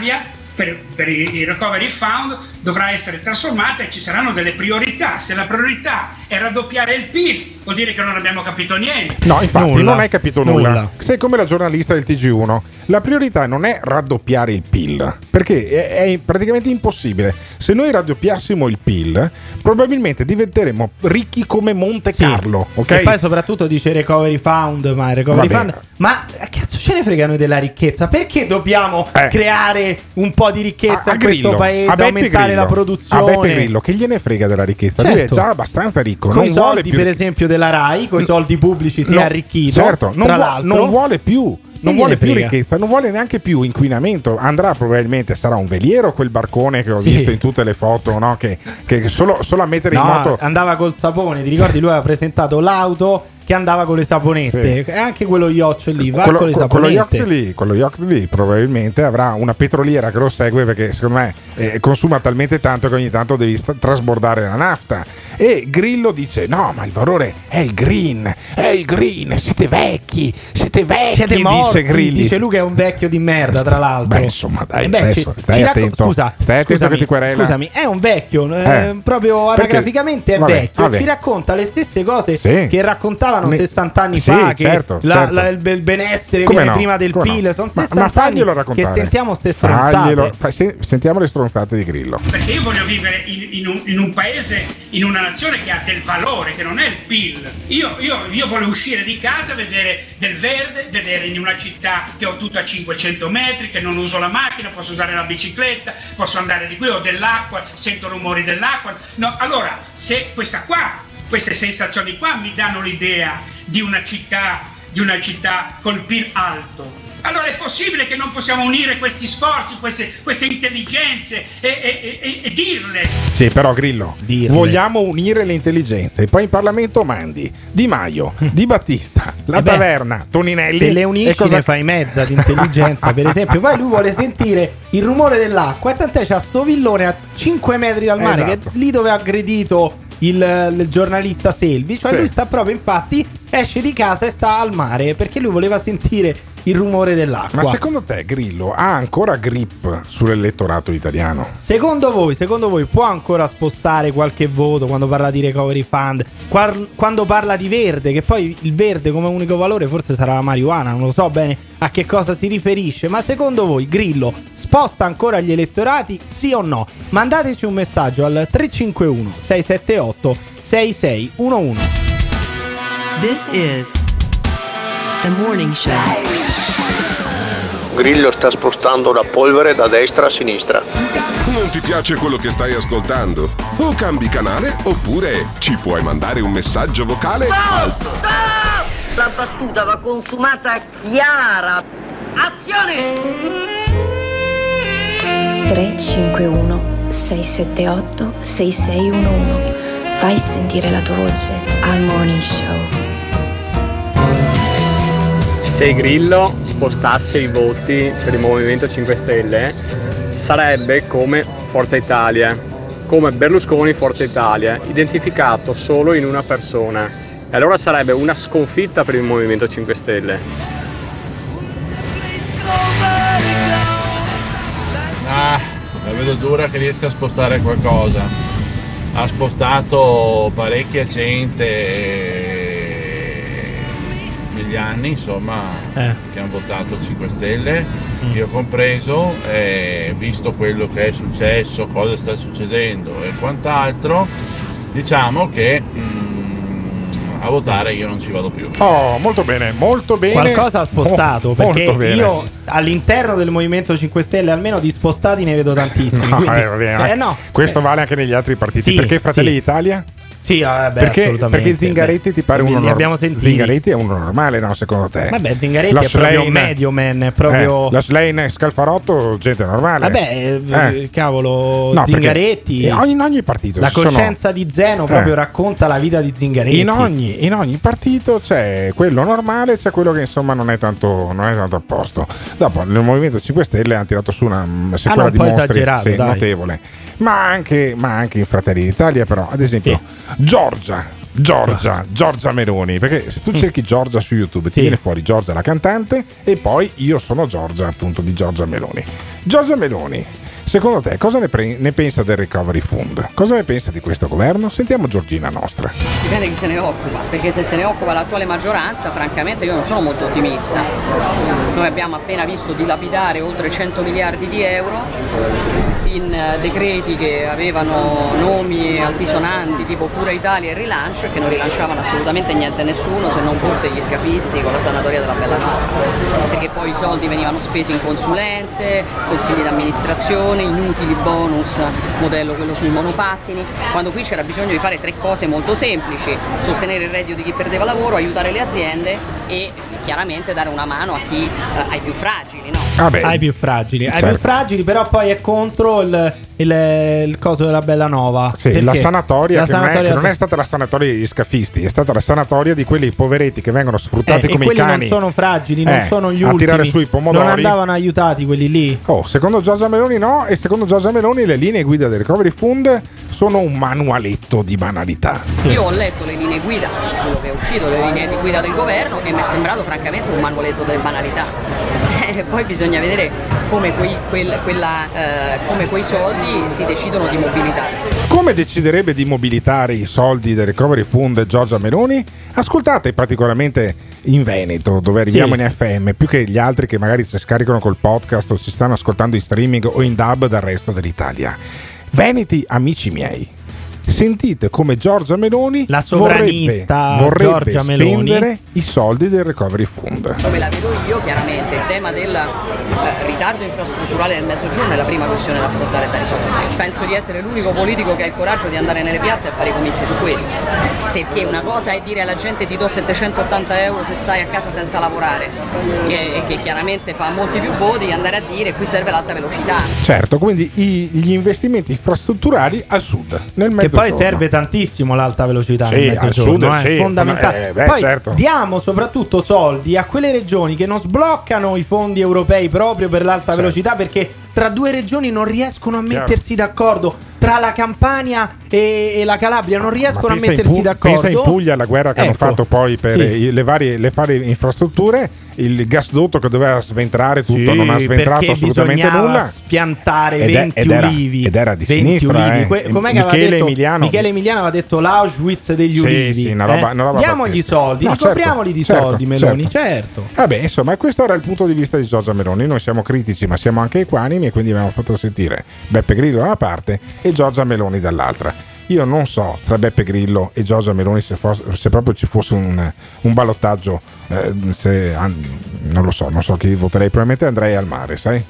per il recovery fund dovrà essere trasformata e ci saranno delle priorità. Se la priorità è raddoppiare il PIL, vuol dire che non abbiamo capito niente. No, infatti non hai capito nulla. Sei come la giornalista del TG1. La priorità non è raddoppiare il PIL, perché è praticamente impossibile. Se noi raddoppiassimo il PIL, probabilmente diventeremo ricchi come Monte Carlo, ok? E poi soprattutto dice recovery fund, ma il recovery fund, ma cazzo ce ne frega noi della ricchezza? Perché dobbiamo creare un po' di ricchezza in questo paese, aumentare la produzione? A Beppe Grillo che gliene frega della ricchezza? Lui è già abbastanza ricco, con i soldi per esempio della Rai, con i soldi pubblici si è arricchito. Certo, non vuole più. Non vuole più ricchezza, non vuole neanche più inquinamento. Andrà probabilmente, sarà un veliero quel barcone che ho visto in tutte le foto, no? Che solo a mettere in moto. Andava col sapone, ti ricordi? Lui aveva presentato l'auto che andava con le saponette, e anche quello yacht lì va con le saponette. Quello yacht lì probabilmente avrà una petroliera che lo segue, perché secondo me consuma talmente tanto che ogni tanto devi trasbordare la nafta. E Grillo dice: no, ma il valore è il green, siete vecchi, siete morti, dice Grilli. Dice lui che è un vecchio di merda, tra l'altro. Beh, insomma, dai, adesso stai attento. Stai attento che ti querela. Scusami, è un vecchio, proprio anagraficamente è vecchio. Ci racconta le stesse cose che raccontavano 60 anni fa, che il benessere viene prima del PIL. Sono 60 anni che sentiamo ste stronzate. Sentiamo le stronzate di Grillo. Perché io voglio vivere in un paese, in una nazione che ha del valore, che non è il PIL. Io voglio uscire di casa, vedere del verde, vedere in una città che ho tutto a 500 metri, che non uso la macchina, posso usare la bicicletta, posso andare di qui, ho dell'acqua, sento rumori dell'acqua. No, allora, se queste sensazioni qua mi danno l'idea di una città col PIL alto, allora è possibile che non possiamo unire questi sforzi, queste intelligenze e dirle. Sì, però Grillo, vogliamo unire le intelligenze, e poi in Parlamento mandi Di Maio, Di Battista, La Taverna, Toninelli. Se le unisci ne fai mezza di intelligenza, per esempio. Poi lui vuole sentire il rumore dell'acqua, e tant'è c'ha sto villone a 5 metri dal mare, che è lì dove ha aggredito il giornalista Selvi. Cioè lui sta proprio, infatti esce di casa e sta al mare perché lui voleva sentire il rumore dell'acqua. Ma secondo te Grillo ha ancora grip sull'elettorato italiano? Secondo voi può ancora spostare qualche voto quando parla di recovery fund, quando parla di verde, che poi il verde come unico valore forse sarà la marijuana, non lo so bene a che cosa si riferisce, ma secondo voi Grillo sposta ancora gli elettorati, sì o no? Mandateci un messaggio al 351 678 6611. This is The Morning Show. Grillo sta spostando la polvere da destra a sinistra. Non ti piace quello che stai ascoltando? O cambi canale oppure ci puoi mandare un messaggio vocale al... La battuta va consumata chiara. Azione! 351 678 6611. Fai sentire la tua voce al Morning Show. Se Grillo spostasse i voti per il Movimento 5 Stelle sarebbe come Forza Italia, come Berlusconi Forza Italia, identificato solo in una persona. E allora sarebbe una sconfitta per il Movimento 5 Stelle. La vedo dura che riesca a spostare qualcosa. Ha spostato parecchia gente negli anni, insomma, che hanno votato 5 Stelle, io compreso, visto quello che è successo, cosa sta succedendo e quant'altro, diciamo che a votare io non ci vado più. Oh, molto bene, molto bene. Qualcosa ha spostato, perché io all'interno del Movimento 5 Stelle almeno di spostati ne vedo tantissimi. No, quindi, questo vale anche negli altri partiti. Perché Fratelli d'Italia? Sì, assolutamente. Perché Zingaretti ti pare uno normale? Zingaretti è uno normale, no? Secondo te? Vabbè, Zingaretti è proprio un medio man, è proprio la Schlein, Scalfarotto, gente normale. Vabbè, cavolo, no, Zingaretti. In ogni partito la coscienza di Zeno proprio racconta la vita di Zingaretti. In ogni partito c'è quello normale, c'è quello che insomma non è tanto a posto. Dopo nel Movimento 5 Stelle hanno tirato su una sequela di mostri notevole. Ma anche in Fratelli d'Italia, però, ad esempio, Giorgia Meloni, perché se tu cerchi Giorgia su YouTube ti viene fuori Giorgia la cantante e poi Io sono Giorgia, appunto, di Giorgia Meloni. Giorgia Meloni Secondo te cosa ne pensa del Recovery Fund? Cosa ne pensa di questo governo? Sentiamo Giorgina Nostra. Dipende chi se ne occupa, perché se ne occupa l'attuale maggioranza, francamente io non sono molto ottimista. Noi abbiamo appena visto dilapidare oltre 100 miliardi di euro in decreti che avevano nomi altisonanti tipo Cura Italia e Rilancio, e che non rilanciavano assolutamente niente nessuno, se non forse gli scafisti con la sanatoria della Bellanova, perché poi i soldi venivano spesi in consulenze, consigli d'amministrazione, inutili bonus, modello quello sui monopattini, quando qui c'era bisogno di fare 3 cose molto semplici: sostenere il reddito di chi perdeva lavoro, aiutare le aziende e chiaramente dare una mano a chi ai più fragili, no? Ai più fragili, certo. Ai più fragili, però poi è contro il coso della Bellanova. Sì, la sanatoria, che non è stata la sanatoria degli scafisti, è stata la sanatoria di quelli poveretti che vengono sfruttati come i cani. Non sono fragili, non sono gli ultimi. A tirare su i pomodori. Non andavano aiutati quelli lì. Secondo Giorgia Meloni no, e secondo Giorgia Meloni le linee guida del Recovery Fund sono un manualetto di banalità. Io ho letto le linee guida, quello che è uscito, le linee di guida del governo, e mi è sembrato francamente un manualetto delle banalità. Poi bisogna vedere come quei soldi si decidono di mobilitare. Come deciderebbe di mobilitare i soldi del Recovery Fund Giorgia Meloni? Ascoltate particolarmente in Veneto, dove arriviamo in FM, più che gli altri che magari si scaricano col podcast o ci stanno ascoltando in streaming o in DAB dal resto dell'Italia. Veneti, amici miei, sentite come Giorgia Meloni, la sovranista vorrebbe Giorgia spendere Meloni, i soldi del Recovery Fund. Come la vedo io, chiaramente il tema del ritardo infrastrutturale del Mezzogiorno è la prima questione da affrontare e da risolvere. Penso di essere l'unico politico che ha il coraggio di andare nelle piazze a fare i comizi su questo, perché una cosa è dire alla gente ti do 780 euro se stai a casa senza lavorare, e che chiaramente fa molti più voti, andare a dire qui serve l'alta velocità. Certo, quindi gli investimenti infrastrutturali al sud, nel Mezzogiorno. Poi serve tantissimo l'alta velocità nel al Mezzogiorno, sud, è fondamentale. Poi certo. Diamo soprattutto soldi a quelle regioni che non sbloccano i fondi europei proprio per l'alta velocità, perché tra 2 regioni non riescono a mettersi d'accordo. Tra la Campania e la Calabria non riescono a mettersi d'accordo. Pensa in Puglia alla guerra che hanno fatto poi per le varie infrastrutture. Il gasdotto che doveva sventrare tutto non ha sventrato assolutamente nulla. Piantare 20 ulivi ed era di sinistra. Com'è che Michele Emiliano aveva detto l'Auschwitz degli ulivi? Una roba diamogli i soldi, ricopriamoli di soldi, Meloni, certo. Vabbè, insomma, questo era il punto di vista di Giorgia Meloni. Noi siamo critici, ma siamo anche equanimi, e quindi abbiamo fatto sentire Beppe Grillo da una parte e Giorgia Meloni dall'altra. Io non so tra Beppe Grillo e Giorgia Meloni se proprio ci fosse un ballottaggio, non lo so, non so chi voterei, probabilmente andrei al mare, sai?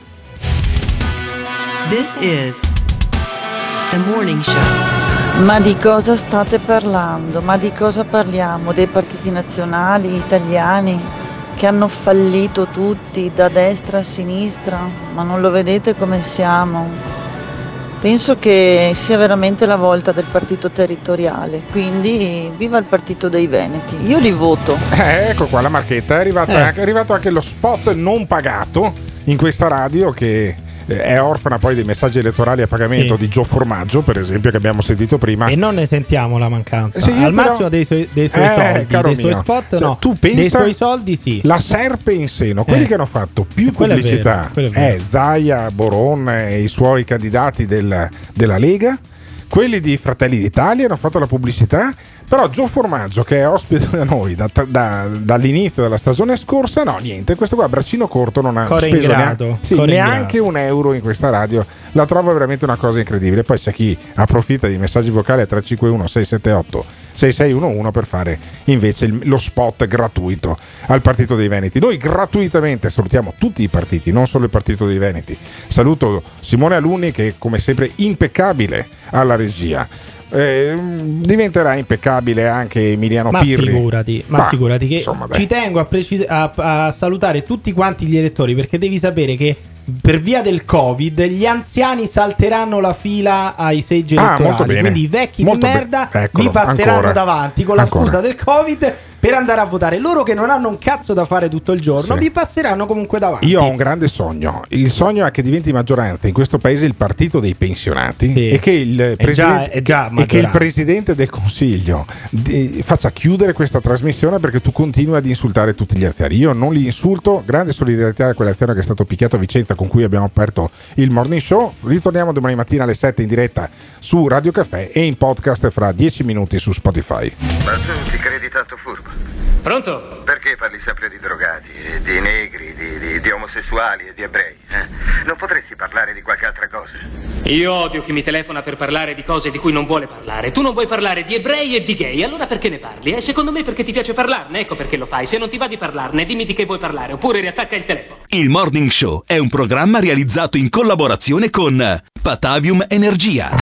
This is The Morning Show. Ma di cosa state parlando? Ma di cosa parliamo? Dei partiti nazionali italiani che hanno fallito tutti, da destra a sinistra? Ma non lo vedete come siamo? Penso che sia veramente la volta del partito territoriale, quindi viva il partito dei Veneti. Io li voto. Ecco qua la marchetta, è arrivato anche lo spot non pagato in questa radio che è orfana poi dei messaggi elettorali a pagamento di Gio Formaggio, per esempio, che abbiamo sentito prima, e non ne sentiamo la mancanza. Al massimo dei suoi soldi, dei suoi spot, no. Tu pensa, dei suoi soldi la serpe in seno, quelli che hanno fatto più pubblicità è Zaia, Boron e i suoi candidati della Lega. Quelli di Fratelli d'Italia hanno fatto la pubblicità. Però Gio Formaggio, che è ospite da noi dall'inizio della stagione scorsa, no, niente, questo qua braccino corto non ha speso neanche un euro in questa radio. La trovo veramente una cosa incredibile. Poi c'è chi approfitta di messaggi vocali a 351 678 6611 per fare invece lo spot gratuito al Partito dei Veneti. Noi gratuitamente salutiamo tutti i partiti, non solo il Partito dei Veneti. Saluto Simone Alunni, che come sempre impeccabile alla regia. Diventerà impeccabile anche Emiliano Pirri. Figurati che insomma, ci tengo a salutare tutti quanti gli elettori, perché devi sapere che per via del Covid gli anziani salteranno la fila ai seggi elettorali, quindi i vecchi di merda vi passeranno davanti con la scusa del Covid. per andare a votare. Loro che non hanno un cazzo da fare tutto il giorno, vi passeranno comunque davanti. Io ho un grande sogno. Il sogno è che diventi maggioranza in questo paese il partito dei pensionati e che il presidente del Consiglio faccia chiudere questa trasmissione, perché tu continui ad insultare tutti gli anziani. Io non li insulto. Grande solidarietà a quell'anziano che è stato picchiato a Vicenza, con cui abbiamo aperto il Morning Show. Ritorniamo domani mattina alle 7 in diretta su Radio Caffè e in podcast fra 10 minuti su Spotify. Ma tu ti credi tanto furbo? Pronto? Perché parli sempre di drogati, di negri, di omosessuali e di ebrei? Non potresti parlare di qualche altra cosa? Io odio chi mi telefona per parlare di cose di cui non vuole parlare. Tu non vuoi parlare di ebrei e di gay, allora perché ne parli? Secondo me perché ti piace parlarne, ecco perché lo fai. Se non ti va di parlarne, dimmi di che vuoi parlare, oppure riattacca il telefono. Il Morning Show è un programma realizzato in collaborazione con Patavium Energia.